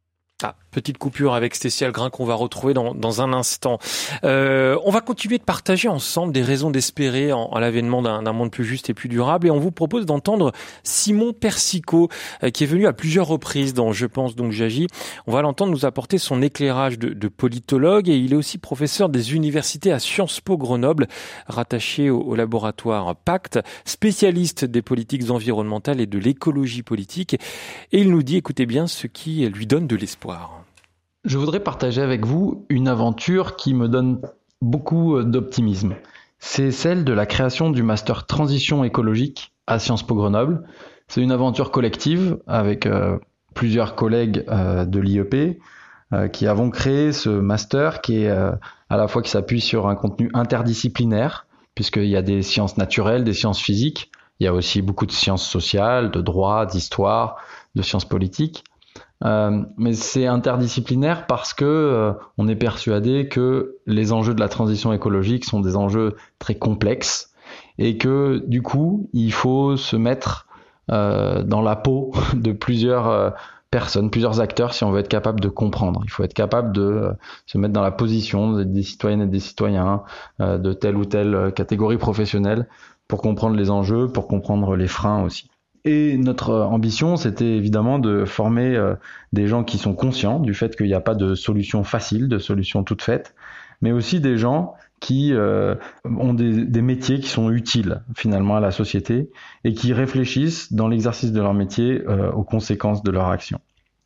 Petite coupure avec Stécie Algrin qu'on va retrouver dans un instant. On va continuer de partager ensemble des raisons d'espérer en l'avènement d'un monde plus juste et plus durable. Et on vous propose d'entendre Simon Persicot, qui est venu à plusieurs reprises dans Je pense donc j'agis. On va l'entendre nous apporter son éclairage de politologue, et il est aussi professeur des universités à Sciences Po Grenoble, rattaché au laboratoire Pacte, spécialiste des politiques environnementales et de l'écologie politique. Et il nous dit, écoutez bien, ce qui lui donne de l'espoir. Je voudrais partager avec vous une aventure qui me donne beaucoup d'optimisme. C'est celle de la création du master transition écologique à Sciences Po Grenoble. C'est une aventure collective avec plusieurs collègues de l'IEP qui avons créé ce master qui est à la fois qui s'appuie sur un contenu interdisciplinaire, puisqu'il y a des sciences naturelles, des sciences physiques, il y a aussi beaucoup de sciences sociales, de droit, d'histoire, de sciences politiques. Mais c'est interdisciplinaire parce que on est persuadé que les enjeux de la transition écologique sont des enjeux très complexes et que du coup il faut se mettre dans la peau de plusieurs personnes, plusieurs acteurs si on veut être capable de comprendre. Il faut être capable de se mettre dans la position des citoyennes et des citoyens de telle ou telle catégorie professionnelle pour comprendre les enjeux, pour comprendre les freins aussi. Et notre ambition, c'était évidemment de former des gens qui sont conscients du fait qu'il n'y a pas de solution facile, de solution toute faite, mais aussi des gens qui ont des métiers qui sont utiles finalement à la société et qui réfléchissent dans l'exercice de leur métier aux conséquences de leur action.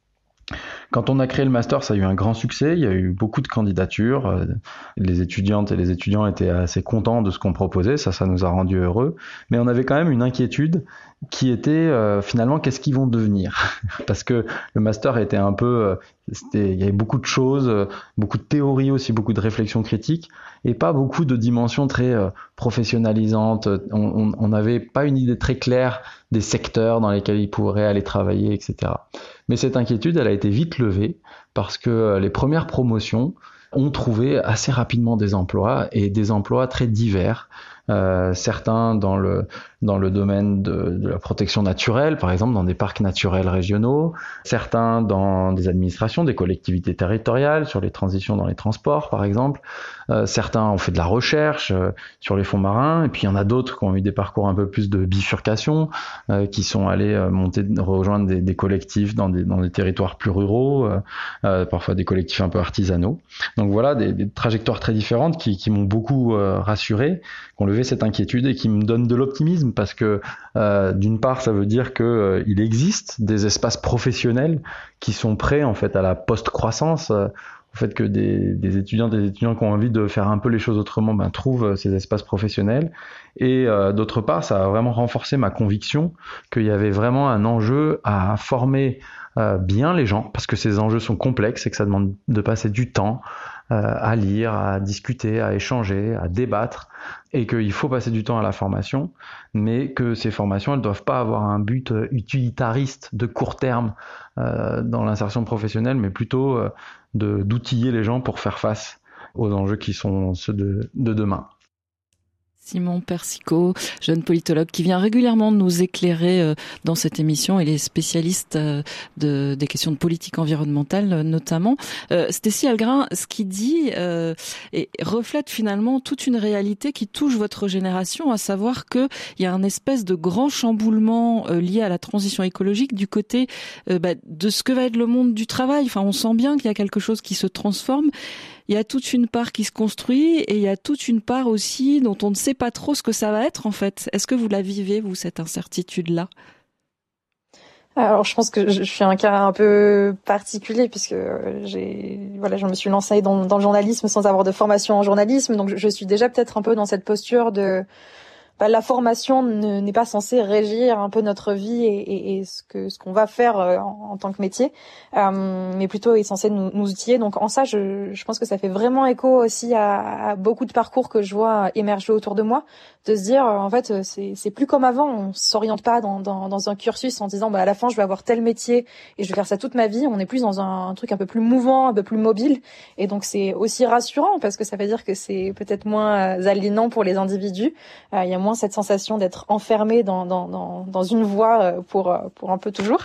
Quand on a créé le master, ça a eu un grand succès, il y a eu beaucoup de candidatures, les étudiantes et les étudiants étaient assez contents de ce qu'on proposait, ça nous a rendus heureux, mais on avait quand même une inquiétude qui était finalement qu'est-ce qu'ils vont devenir, parce que le master était un peu, il y avait beaucoup de choses, beaucoup de théories aussi, beaucoup de réflexions critiques, et pas beaucoup de dimensions très professionnalisantes. On n'avait pas une idée très claire des secteurs dans lesquels ils pourraient aller travailler, etc. Mais cette inquiétude, elle a été vite levée parce que les premières promotions ont trouvé assez rapidement des emplois et des emplois très divers. Certains dans le domaine de la protection naturelle, par exemple dans des parcs naturels régionaux, certains dans des administrations, des collectivités territoriales, sur les transitions dans les transports par exemple, certains ont fait de la recherche sur les fonds marins, et puis il y en a d'autres qui ont eu des parcours un peu plus de bifurcation, qui sont allés rejoindre des collectifs dans des territoires plus ruraux, parfois des collectifs un peu artisanaux. Donc voilà, des trajectoires très différentes qui m'ont beaucoup rassuré, qui ont levé cette inquiétude et qui me donnent de l'optimisme parce que d'une part ça veut dire que il existe des espaces professionnels qui sont prêts en fait à la post-croissance, au fait que des étudiantes et des étudiants qui ont envie de faire un peu les choses autrement trouvent ces espaces professionnels, et d'autre part ça a vraiment renforcé ma conviction qu'il y avait vraiment un enjeu à former bien les gens, parce que ces enjeux sont complexes et que ça demande de passer du temps à lire, à discuter, à échanger, à débattre, et qu'il faut passer du temps à la formation, mais que ces formations, elles doivent pas avoir un but utilitariste de court terme dans l'insertion professionnelle, mais plutôt d'outiller les gens pour faire face aux enjeux qui sont ceux de demain. Simon Persicot, jeune politologue qui vient régulièrement nous éclairer dans cette émission. Il est spécialiste des questions de politique environnementale notamment. Stécie Algrin, ce qu'il dit reflète finalement toute une réalité qui touche votre génération, à savoir qu'il y a un espèce de grand chamboulement lié à la transition écologique du côté de ce que va être le monde du travail. Enfin, on sent bien qu'il y a quelque chose qui se transforme. Il y a toute une part qui se construit et il y a toute une part aussi dont on ne sait pas trop ce que ça va être en fait. Est-ce que vous la vivez, vous, cette incertitude-là ? Alors, je pense que je suis un cas un peu particulier puisque je me suis lancée dans le journalisme sans avoir de formation en journalisme, donc je suis déjà peut-être un peu dans cette posture de la formation n'est pas censée régir un peu notre vie et ce qu'on va faire en tant que métier, mais plutôt est censée nous outiller. Donc en ça, je pense que ça fait vraiment écho aussi à beaucoup de parcours que je vois émerger autour de moi, de se dire en fait c'est plus comme avant. On s'oriente pas dans un cursus en disant à la fin je vais avoir tel métier et je vais faire ça toute ma vie. On est plus dans un truc un peu plus mouvant, un peu plus mobile, et donc c'est aussi rassurant parce que ça veut dire que c'est peut-être moins aliénant pour les individus. Il y a moins cette sensation d'être enfermé dans une voie pour un peu toujours.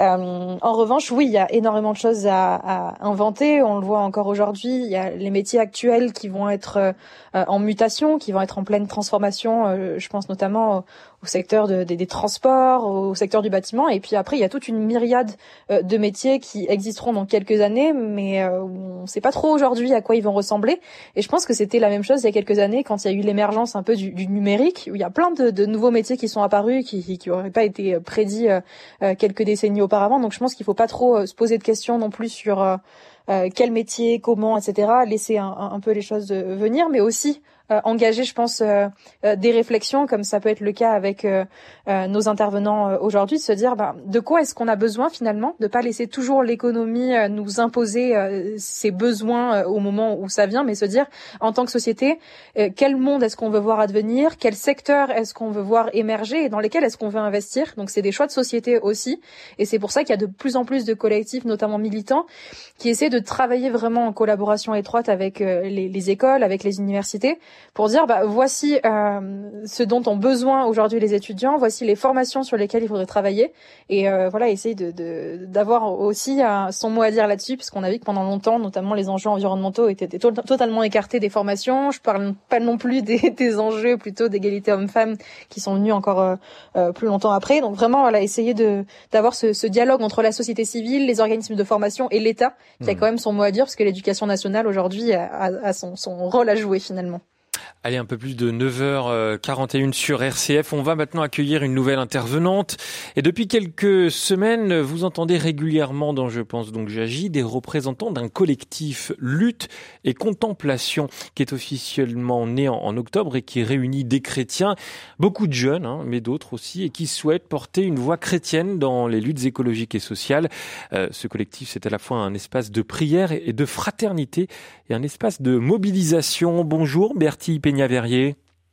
En revanche, oui, il y a énormément de choses à inventer. On le voit encore aujourd'hui. Il y a les métiers actuels qui vont être en mutation, qui vont être en pleine transformation. Je pense notamment au secteur des transports, au secteur du bâtiment. Et puis après, il y a toute une myriade de métiers qui existeront dans quelques années, mais on ne sait pas trop aujourd'hui à quoi ils vont ressembler. Et je pense que c'était la même chose il y a quelques années quand il y a eu l'émergence un peu du numérique, où il y a plein de nouveaux métiers qui sont apparus, qui n'auraient pas été prédits quelques décennies auparavant. Donc je pense qu'il ne faut pas trop se poser de questions non plus sur quel métier, comment, etc. Laisser un peu les choses venir, mais aussi engager, je pense, des réflexions, comme ça peut être le cas avec nos intervenants aujourd'hui, de se dire de quoi est-ce qu'on a besoin finalement, de pas laisser toujours l'économie nous imposer ses besoins au moment où ça vient, mais se dire en tant que société, quel monde est-ce qu'on veut voir advenir, quel secteur est-ce qu'on veut voir émerger et dans lesquels est-ce qu'on veut investir. Donc c'est des choix de société aussi, et c'est pour ça qu'il y a de plus en plus de collectifs, notamment militants, qui essaient de travailler vraiment en collaboration étroite avec les écoles, avec les universités, pour dire voici ce dont ont besoin aujourd'hui les étudiants, voici les formations sur lesquelles il faudrait travailler, et essayer d'avoir aussi son mot à dire là-dessus, puisqu'on a vu que pendant longtemps, notamment les enjeux environnementaux étaient totalement écartés des formations. Je parle pas non plus des enjeux plutôt d'égalité homme-femme qui sont venus encore plus longtemps après. Donc vraiment essayer d'avoir ce dialogue entre la société civile, les organismes de formation et l'État, qui a quand même son mot à dire, parce que l'éducation nationale aujourd'hui a son rôle à jouer finalement. Allez, un peu plus de 9h41 sur RCF. On va maintenant accueillir une nouvelle intervenante. Et depuis quelques semaines, vous entendez régulièrement dans Je pense donc j'agis des représentants d'un collectif Lutte et Contemplation qui est officiellement né en octobre et qui réunit des chrétiens, beaucoup de jeunes, mais d'autres aussi, et qui souhaitent porter une voix chrétienne dans les luttes écologiques et sociales. Ce collectif, c'est à la fois un espace de prière et de fraternité et un espace de mobilisation. Bonjour, Bertie Peña-Verrier.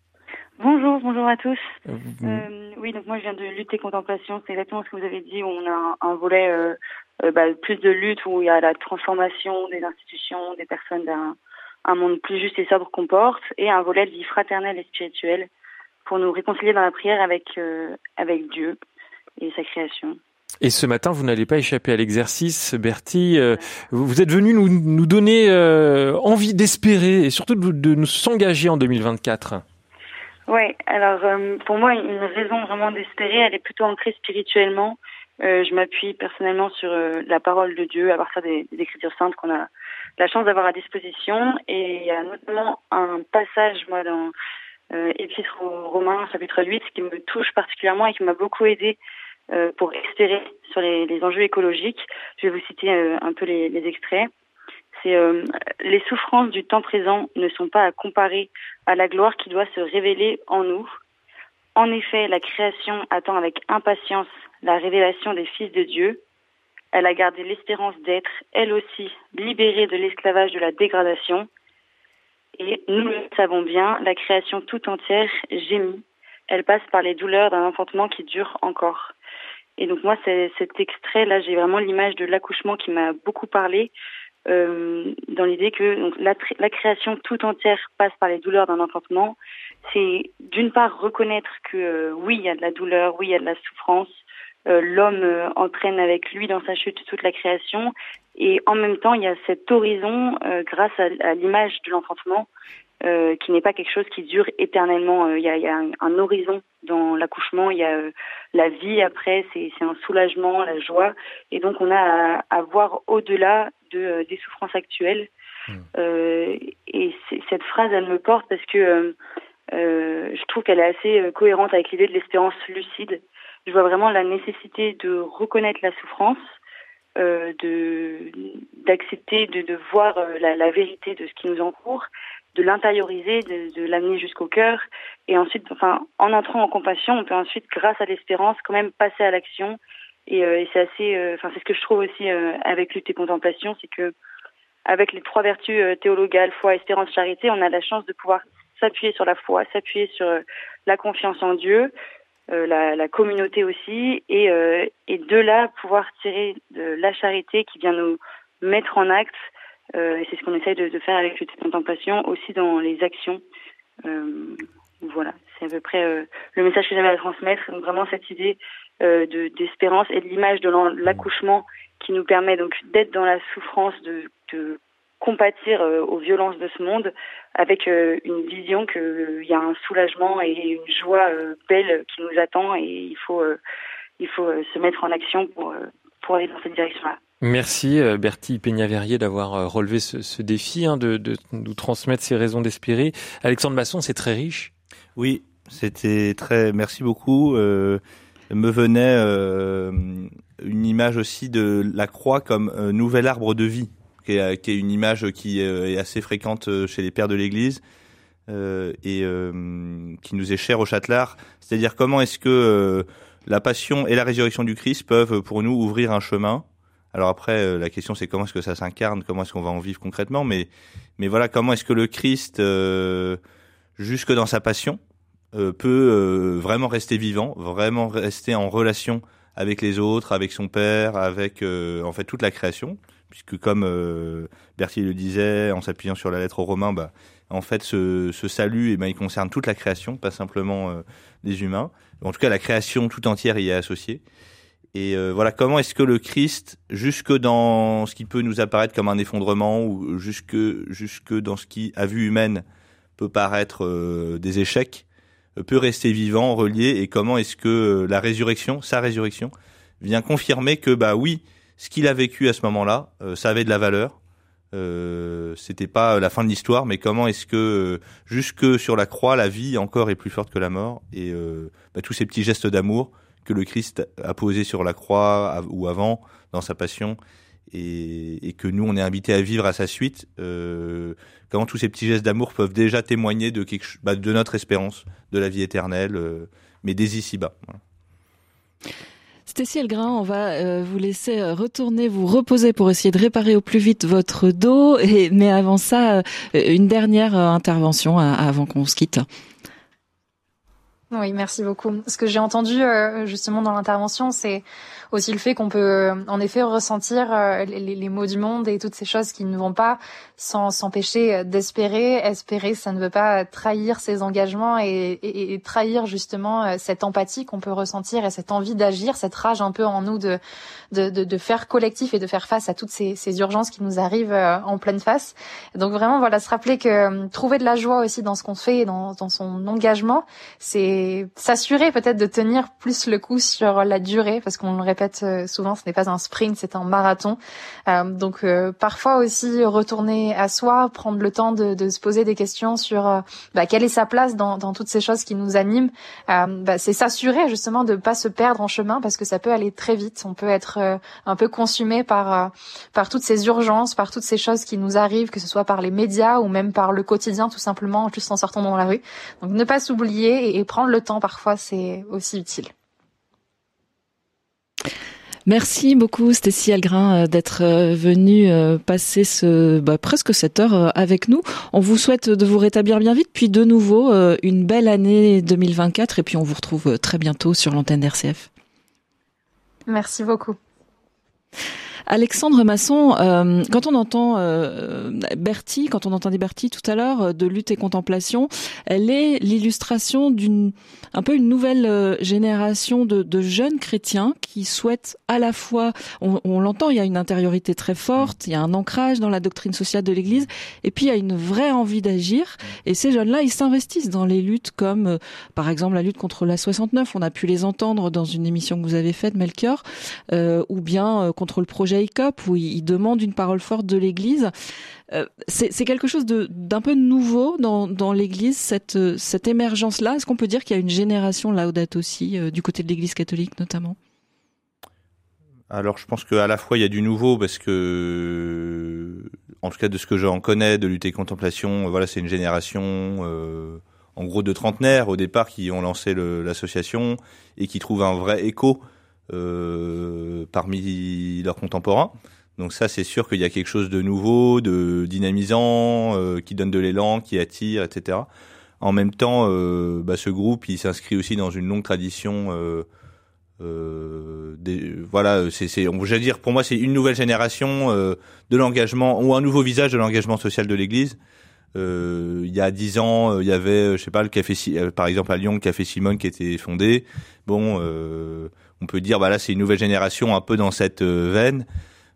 Bonjour à tous. Oui, donc moi je viens de Lutte et Contemplation, c'est exactement ce que vous avez dit, où on a un volet plus de lutte, où il y a la transformation des institutions, des personnes d'un un monde plus juste et sobre qu'on porte, et un volet de vie fraternelle et spirituelle pour nous réconcilier dans la prière avec Dieu et sa création. Et ce matin, vous n'allez pas échapper à l'exercice, Bertie. Vous êtes venu nous donner envie d'espérer et surtout de nous s'engager en 2024. Oui, alors pour moi, une raison vraiment d'espérer, elle est plutôt ancrée spirituellement. Je m'appuie personnellement sur la parole de Dieu à partir des Écritures saintes qu'on a la chance d'avoir à disposition. Et il y a notamment un passage, moi, dans Épître aux Romains, chapitre 8, qui me touche particulièrement et qui m'a beaucoup aidé pour espérer sur les enjeux écologiques. Je vais vous citer un peu les extraits. C'est les souffrances du temps présent ne sont pas à comparer à la gloire qui doit se révéler en nous. En effet, la création attend avec impatience la révélation des fils de Dieu. Elle a gardé l'espérance d'être, elle aussi, libérée de l'esclavage de la dégradation. Et nous le savons bien, la création tout entière gémit. Elle passe par les douleurs d'un enfantement qui dure encore. Et donc moi, cet extrait-là, j'ai vraiment l'image de l'accouchement qui m'a beaucoup parlé. dans l'idée que donc, la création tout entière passe par les douleurs d'un enfantement. C'est d'une part reconnaître que oui, il y a de la douleur, oui, il y a de la souffrance. L'homme entraîne avec lui dans sa chute toute la création, et en même temps, il y a cet horizon grâce à l'image de l'enfantement, qui n'est pas quelque chose qui dure éternellement. Il y a un horizon dans l'accouchement, il y a la vie après, c'est un soulagement, la joie, et donc on a à voir au-delà des souffrances actuelles. Et cette phrase, elle me porte parce que je trouve qu'elle est assez cohérente avec l'idée de l'espérance lucide. Je vois vraiment la nécessité de reconnaître la souffrance, d'accepter, de voir la vérité de ce qui nous encourt, de l'intérioriser, de l'amener jusqu'au cœur, et ensuite, en entrant en compassion, on peut ensuite, grâce à l'espérance, quand même passer à l'action. Et c'est assez, c'est ce que je trouve aussi avec lutte et contemplation, c'est que avec les 3 vertus théologales, foi, espérance, charité, on a la chance de pouvoir s'appuyer sur la foi, s'appuyer sur la confiance en Dieu, la communauté aussi, et de là pouvoir tirer de la charité qui vient nous mettre en acte, et c'est ce qu'on essaye de faire avec lutte et contemplation, aussi dans les actions. Voilà, c'est à peu près le message que j'avais à transmettre, donc vraiment cette idée d'espérance et de l'image de l'accouchement qui nous permet donc d'être dans la souffrance, de compatir aux violences de ce monde, avec une vision qu'il y a un soulagement et une joie belle qui nous attend, et il faut se mettre en action pour aller dans cette direction-là. Merci Bertie Peña-Verrier d'avoir relevé ce défi, de nous transmettre ces raisons d'espérer. Alexandre Masson, c'est très riche. Oui, c'était très... Merci beaucoup. Me venait une image aussi de la croix comme nouvel arbre de vie, qui est une image qui est assez fréquente chez les pères de l'Église et qui nous est chère au Châtelard. C'est-à-dire comment est-ce que la passion et la résurrection du Christ peuvent pour nous ouvrir un chemin. Alors après, la question c'est comment est-ce que ça s'incarne, comment est-ce qu'on va en vivre concrètement, mais voilà, comment est-ce que le Christ, jusque dans sa passion, peut vraiment rester vivant, vraiment rester en relation avec les autres, avec son Père, avec en fait toute la création, puisque comme Berthier le disait, en s'appuyant sur la lettre aux Romains, en fait ce salut, il concerne toute la création, pas simplement les humains. En tout cas, la création tout entière y est associée. Et voilà, comment est-ce que le Christ, jusque dans ce qui peut nous apparaître comme un effondrement, ou jusque dans ce qui, à vue humaine, peut paraître des échecs, peut rester vivant, relié, et comment est-ce que la résurrection, sa résurrection, vient confirmer que oui, ce qu'il a vécu à ce moment-là, ça avait de la valeur. C'était pas la fin de l'histoire, mais comment est-ce que jusque sur la croix, la vie encore est plus forte que la mort, et tous ces petits gestes d'amour que le Christ a posés sur la croix ou avant dans sa passion, et que nous on est invités à vivre à sa suite. Comment tous ces petits gestes d'amour peuvent déjà témoigner de de notre espérance, de la vie éternelle, mais dès ici-bas. Voilà. Stécie Elgrin, on va vous laisser retourner vous reposer pour essayer de réparer au plus vite votre dos. Mais avant ça, une dernière intervention avant qu'on se quitte. Oui, merci beaucoup. Ce que j'ai entendu justement dans l'intervention, c'est aussi le fait qu'on peut en effet ressentir les maux du monde et toutes ces choses qui ne vont pas sans s'empêcher d'espérer. Espérer, ça ne veut pas trahir ses engagements et trahir justement cette empathie qu'on peut ressentir et cette envie d'agir, cette rage un peu en nous de faire collectif et de faire face à toutes ces urgences qui nous arrivent en pleine face. Donc vraiment, voilà, se rappeler que trouver de la joie aussi dans ce qu'on fait et dans son engagement, c'est s'assurer peut-être de tenir plus le coup sur la durée, parce qu'on le répète souvent, ce n'est pas un sprint, c'est un marathon. Donc parfois aussi retourner à soi, prendre le temps de se poser des questions sur quelle est sa place dans toutes ces choses qui nous animent. C'est s'assurer justement de pas se perdre en chemin, parce que ça peut aller très vite. On peut être un peu consumé par toutes ces urgences, par toutes ces choses qui nous arrivent, que ce soit par les médias ou même par le quotidien, tout simplement, juste en sortant dans la rue. Donc ne pas s'oublier et prendre le temps, parfois, c'est aussi utile. Merci beaucoup Stécie Elgrin d'être venue passer presque cette heure avec nous. On vous souhaite de vous rétablir bien vite, puis de nouveau une belle année 2024, et puis on vous retrouve très bientôt sur l'antenne d'RCF. Merci beaucoup. Alexandre Masson, quand on entend Berthy, quand on entendait Berthy tout à l'heure, de lutte et contemplation, elle est l'illustration d'une un peu une nouvelle génération de jeunes chrétiens qui souhaitent à la fois, on l'entend, il y a une intériorité très forte, il y a un ancrage dans la doctrine sociale de l'Église, et puis il y a une vraie envie d'agir. Et ces jeunes-là, ils s'investissent dans les luttes comme, par exemple, la lutte contre la 69. On a pu les entendre dans une émission que vous avez faite, Melchior, ou bien contre le projet ICOP, où ils demandent une parole forte de l'Église. C'est quelque chose d'un peu nouveau dans l'Église, cette émergence-là. Est-ce qu'on peut dire qu'il y a une génération Laudato Si du côté de l'Église catholique notamment? Alors je pense qu'à la fois il y a du nouveau parce que, en tout cas de ce que j'en connais, de lutte et contemplation, voilà, c'est une génération en gros de trentenaires au départ qui ont lancé l'association et qui trouvent un vrai écho parmi leurs contemporains. Donc ça, c'est sûr qu'il y a quelque chose de nouveau, de dynamisant, qui donne de l'élan, qui attire, etc. En même temps, ce groupe, il s'inscrit aussi dans une longue tradition. Voilà, on va dire, pour moi, c'est une nouvelle génération de l'engagement ou un nouveau visage de l'engagement social de l'Église. Il y a 10 ans, il y avait, je sais pas, le café, par exemple à Lyon, le café Simone qui était fondé. Bon, on peut dire, bah là, c'est une nouvelle génération un peu dans cette veine.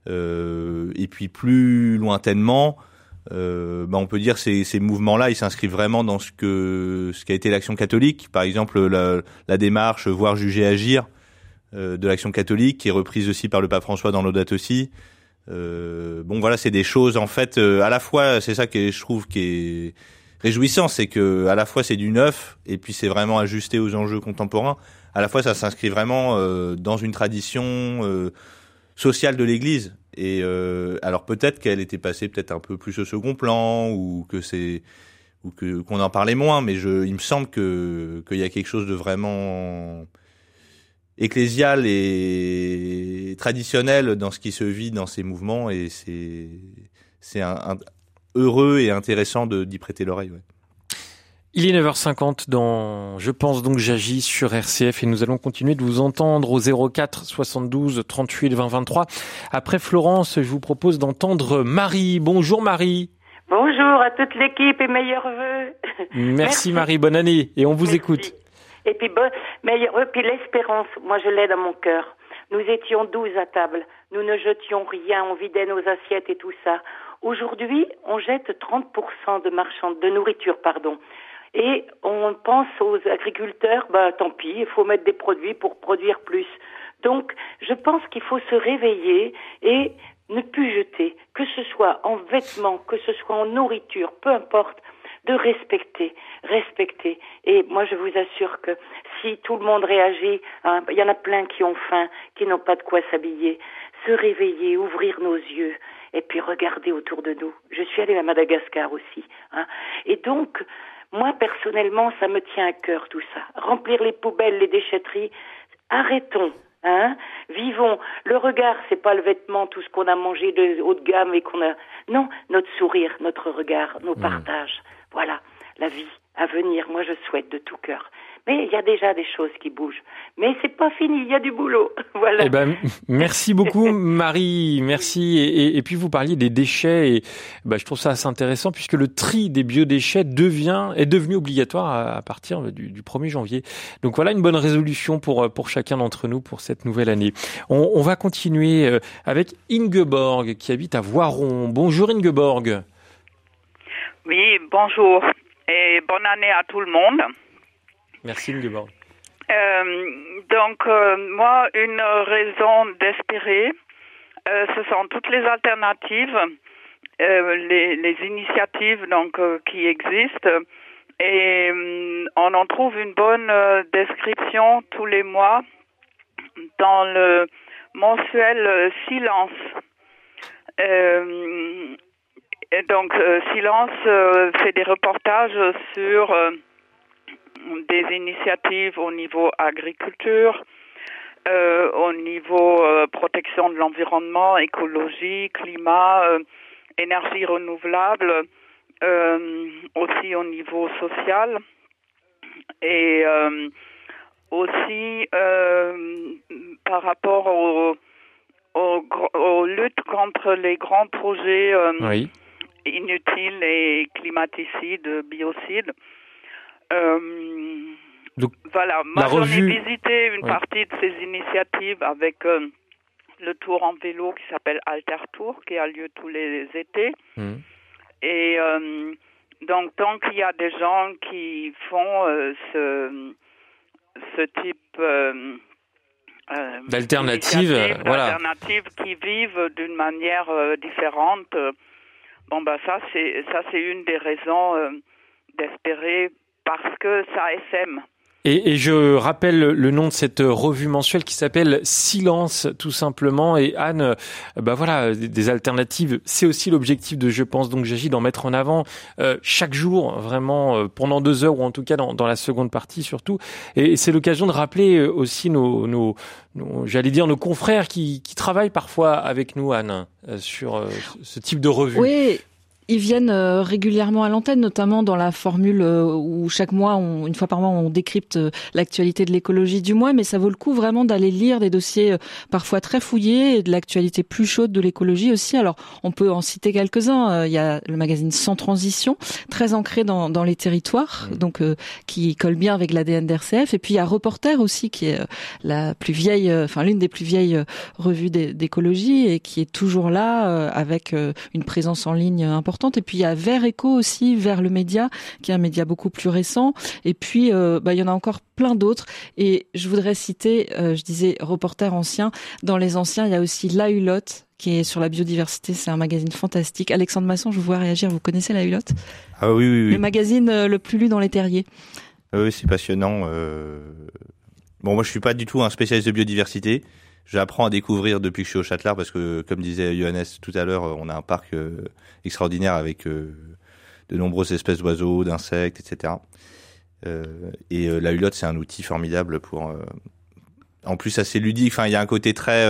Et puis plus lointainement, on peut dire ces mouvements-là, ils s'inscrivent vraiment dans ce qu'a été l'action catholique. Par exemple, la démarche voir, juger, agir de l'action catholique, qui est reprise aussi par le pape François dans Laudato Si. Voilà, c'est des choses en fait. À la fois, c'est ça que je trouve qui est réjouissant, c'est que à la fois c'est du neuf et puis c'est vraiment ajusté aux enjeux contemporains. À la fois, ça s'inscrit vraiment dans une tradition sociale de l'Église. Et alors peut-être qu'elle était passée peut-être un peu plus au second plan ou qu'on en parlait moins, mais il me semble qu'il y a quelque chose de vraiment ecclésial et traditionnel dans ce qui se vit dans ces mouvements, et c'est heureux et intéressant d'y prêter l'oreille. Ouais. Il est 9h50 dans Je pense donc j'agis sur RCF et nous allons continuer de vous entendre au 04 72 38 20 23. Après Florence, je vous propose d'entendre Marie. Bonjour Marie. Bonjour à toute l'équipe et meilleurs vœux. Merci Marie, bonne année et on vous écoute. Et puis meilleurs vœux, puis l'espérance, moi je l'ai dans mon cœur. Nous étions 12 à table, nous ne jetions rien, on vidait nos assiettes et tout ça. Aujourd'hui, on jette 30% de nourriture. Et on pense aux agriculteurs, tant pis, il faut mettre des produits pour produire plus. Donc, je pense qu'il faut se réveiller et ne plus jeter, que ce soit en vêtements, que ce soit en nourriture, peu importe, de respecter. Et moi, je vous assure que si tout le monde réagit, il y en a plein qui ont faim, qui n'ont pas de quoi s'habiller. Se réveiller, ouvrir nos yeux et puis regarder autour de nous. Je suis allée à Madagascar aussi. Et donc, moi, personnellement, ça me tient à cœur tout ça. Remplir les poubelles, les déchetteries. Arrêtons. Vivons. Le regard, c'est pas le vêtement, tout ce qu'on a mangé de haut de gamme et qu'on a. Non, notre sourire, notre regard, nos partages. Voilà, la vie à venir. Moi, je souhaite de tout cœur. Mais il y a déjà des choses qui bougent. Mais c'est pas fini, il y a du boulot. Voilà. Merci beaucoup Marie, merci. Et puis vous parliez des déchets et je trouve ça assez intéressant puisque le tri des biodéchets est devenu obligatoire à partir du 1er janvier. Donc voilà une bonne résolution pour chacun d'entre nous pour cette nouvelle année. On va continuer avec Ingeborg qui habite à Voiron. Bonjour Ingeborg. Oui, bonjour et bonne année à tout le monde. Merci Ingeborg. Moi, une raison d'espérer, ce sont toutes les alternatives, les initiatives qui existent, et on en trouve une bonne description tous les mois dans le mensuel Silence. Silence fait des reportages sur des initiatives au niveau agriculture, au niveau protection de l'environnement, écologie, climat, énergie renouvelable, aussi au niveau social et aussi par rapport aux luttes contre les grands projets Oui. inutiles et climaticides, biocides. Donc, voilà, moi la j'en ai revue- visité une Oui. partie de ces initiatives avec le tour en vélo qui s'appelle Alter Tour, qui a lieu tous les étés. Et donc, tant qu'il y a des gens qui font ce type D'alternative, voilà. d'alternatives qui vivent d'une manière différente, bon bah ça c'est une des raisons d'espérer, parce que ça sème. Et je rappelle le nom de cette revue mensuelle qui s'appelle Silence, tout simplement. Et Anne, bah voilà, des alternatives. C'est aussi l'objectif de Je pense donc j'agis, d'en mettre en avant chaque jour, vraiment pendant 2 heures, ou en tout cas dans la seconde partie surtout. Et c'est l'occasion de rappeler aussi nos j'allais dire nos confrères qui travaillent parfois avec nous, Anne, sur ce type de revue. Oui. Ils viennent régulièrement à l'antenne, notamment dans la formule où chaque mois, une fois par mois, on décrypte l'actualité de l'écologie du mois, mais ça vaut le coup vraiment d'aller lire des dossiers parfois très fouillés et de l'actualité plus chaude de l'écologie aussi. Alors, on peut en citer quelques-uns. Il y a le magazine Sans Transition, très ancré dans les territoires, donc qui colle bien avec l'ADN d'RCF. Et puis il y a Reporter aussi, qui est la plus vieille, l'une des plus vieilles revues d'écologie et qui est toujours là avec une présence en ligne importante. Et puis il y a Vers Éco aussi, Vers le média, qui est un média beaucoup plus récent. Et puis il y en a encore plein d'autres. Et je voudrais citer, je disais Reporter ancien. Dans les anciens, il y a aussi La Hulotte, qui est sur la biodiversité. C'est un magazine fantastique. Alexandre Masson, je vous vois réagir. Vous connaissez La Hulotte ? Ah oui. Le magazine le plus lu dans les terriers. Oui, c'est passionnant. Bon, moi je suis pas du tout un spécialiste de biodiversité. J'apprends à découvrir depuis que je suis au Châtelard, parce que, comme disait Johannes tout à l'heure, on a un parc extraordinaire avec de nombreuses espèces d'oiseaux, d'insectes, etc. Et la hulotte, c'est un outil formidable pour... en plus, assez ludique. Enfin, il y a un côté très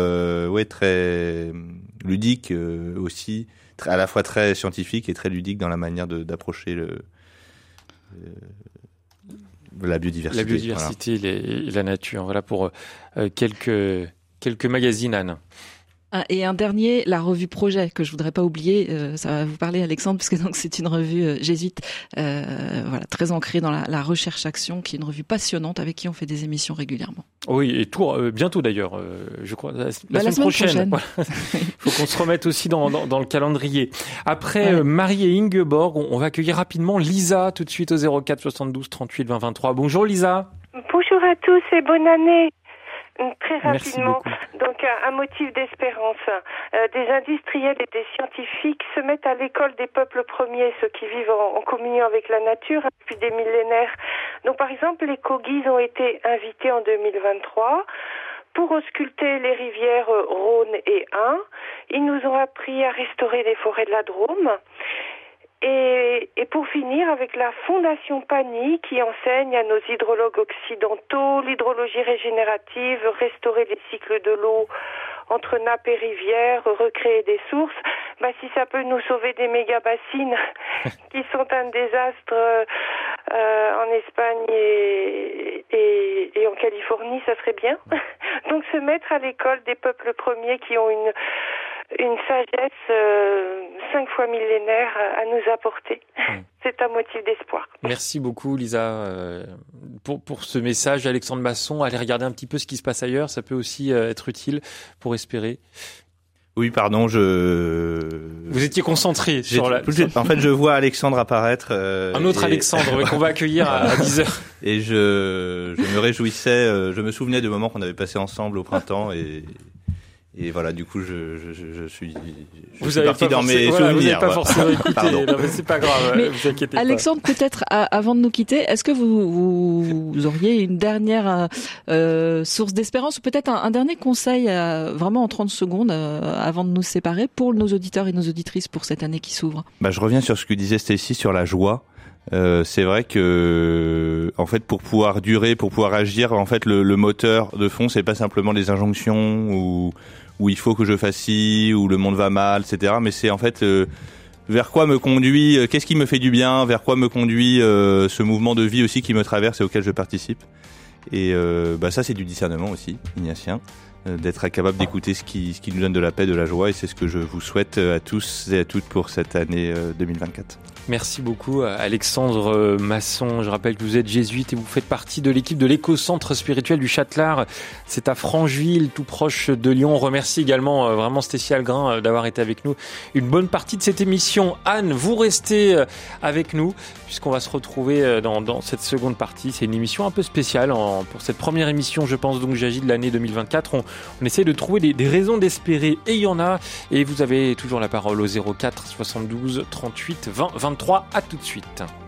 ludique aussi, à la fois très scientifique et très ludique dans la manière d'approcher la biodiversité. La biodiversité, voilà. Et la nature. Voilà pour quelques magazines, Anne. Et un dernier, la revue Projet, que je voudrais pas oublier. Ça va vous parler, Alexandre, parce que donc c'est une revue jésuite, très ancrée dans la recherche-action, qui est une revue passionnante avec qui on fait des émissions régulièrement. Oui, et bientôt d'ailleurs, je crois, la semaine prochaine. Voilà. Il faut qu'on se remette aussi dans le calendrier. Après Marie et Ingeborg, on va accueillir rapidement Lisa tout de suite au 04 72 38 20 23. Bonjour Lisa. Bonjour à tous et bonne année. Très rapidement, donc un motif d'espérance. Des industriels et des scientifiques se mettent à l'école des peuples premiers, ceux qui vivent en communion avec la nature depuis des millénaires. Donc par exemple, les Kogis ont été invités en 2023 pour ausculter les rivières Rhône et Ain. Ils nous ont appris à restaurer les forêts de la Drôme. Et pour finir, avec la Fondation Pani qui enseigne à nos hydrologues occidentaux l'hydrologie régénérative, restaurer les cycles de l'eau entre nappes et rivières, recréer des sources, si ça peut nous sauver des méga-bassines qui sont un désastre en Espagne et en Californie, ça serait bien. Donc se mettre à l'école des peuples premiers qui ont une sagesse 5 fois millénaire à nous apporter. C'est un motif d'espoir. Merci beaucoup Lisa pour ce message. Alexandre Masson, allez regarder un petit peu ce qui se passe ailleurs, ça peut aussi être utile pour espérer. Oui, pardon, Vous étiez concentré sur la... En fait, je vois Alexandre apparaître. Un autre Alexandre qu'on va accueillir à 10h. Et je me réjouissais, je me souvenais de moments qu'on avait passés ensemble au printemps et voilà, du coup, je suis parti dans mes souvenirs. Vous n'avez pas forcément écouté, non, mais c'est pas grave, mais vous inquiétez Alexandre, pas. peut-être, avant de nous quitter, est-ce que vous auriez une dernière source d'espérance ou peut-être un dernier conseil, vraiment en 30 secondes, avant de nous séparer, pour nos auditeurs et nos auditrices pour cette année qui s'ouvre? Je reviens sur ce que disait Stacy sur la joie. C'est vrai que, en fait, pour pouvoir durer, pour pouvoir agir, en fait, le moteur de fond, c'est pas simplement des injonctions où il faut que je fasse ci, où le monde va mal, etc. Mais c'est en fait vers quoi me conduit, qu'est-ce qui me fait du bien, vers quoi me conduit ce mouvement de vie aussi qui me traverse et auquel je participe. Et ça, c'est du discernement aussi, ignatien. d'être capable d'écouter ce qui nous donne de la paix, de la joie, et c'est ce que je vous souhaite à tous et à toutes pour cette année 2024. Merci beaucoup Alexandre Masson. Je rappelle que vous êtes jésuite et vous faites partie de l'équipe de l'éco-centre spirituel du Châtelard. C'est à Francheville, tout proche de Lyon. On remercie également vraiment Stécie Algrin d'avoir été avec nous une bonne partie de cette émission. Anne, vous restez avec nous puisqu'on va se retrouver dans cette seconde partie. C'est une émission un peu spéciale pour cette première émission, je pense, donc j'agis de l'année 2024. On essaie de trouver des raisons d'espérer et il y en a. Et vous avez toujours la parole au 04 72 38 20 23. À tout de suite.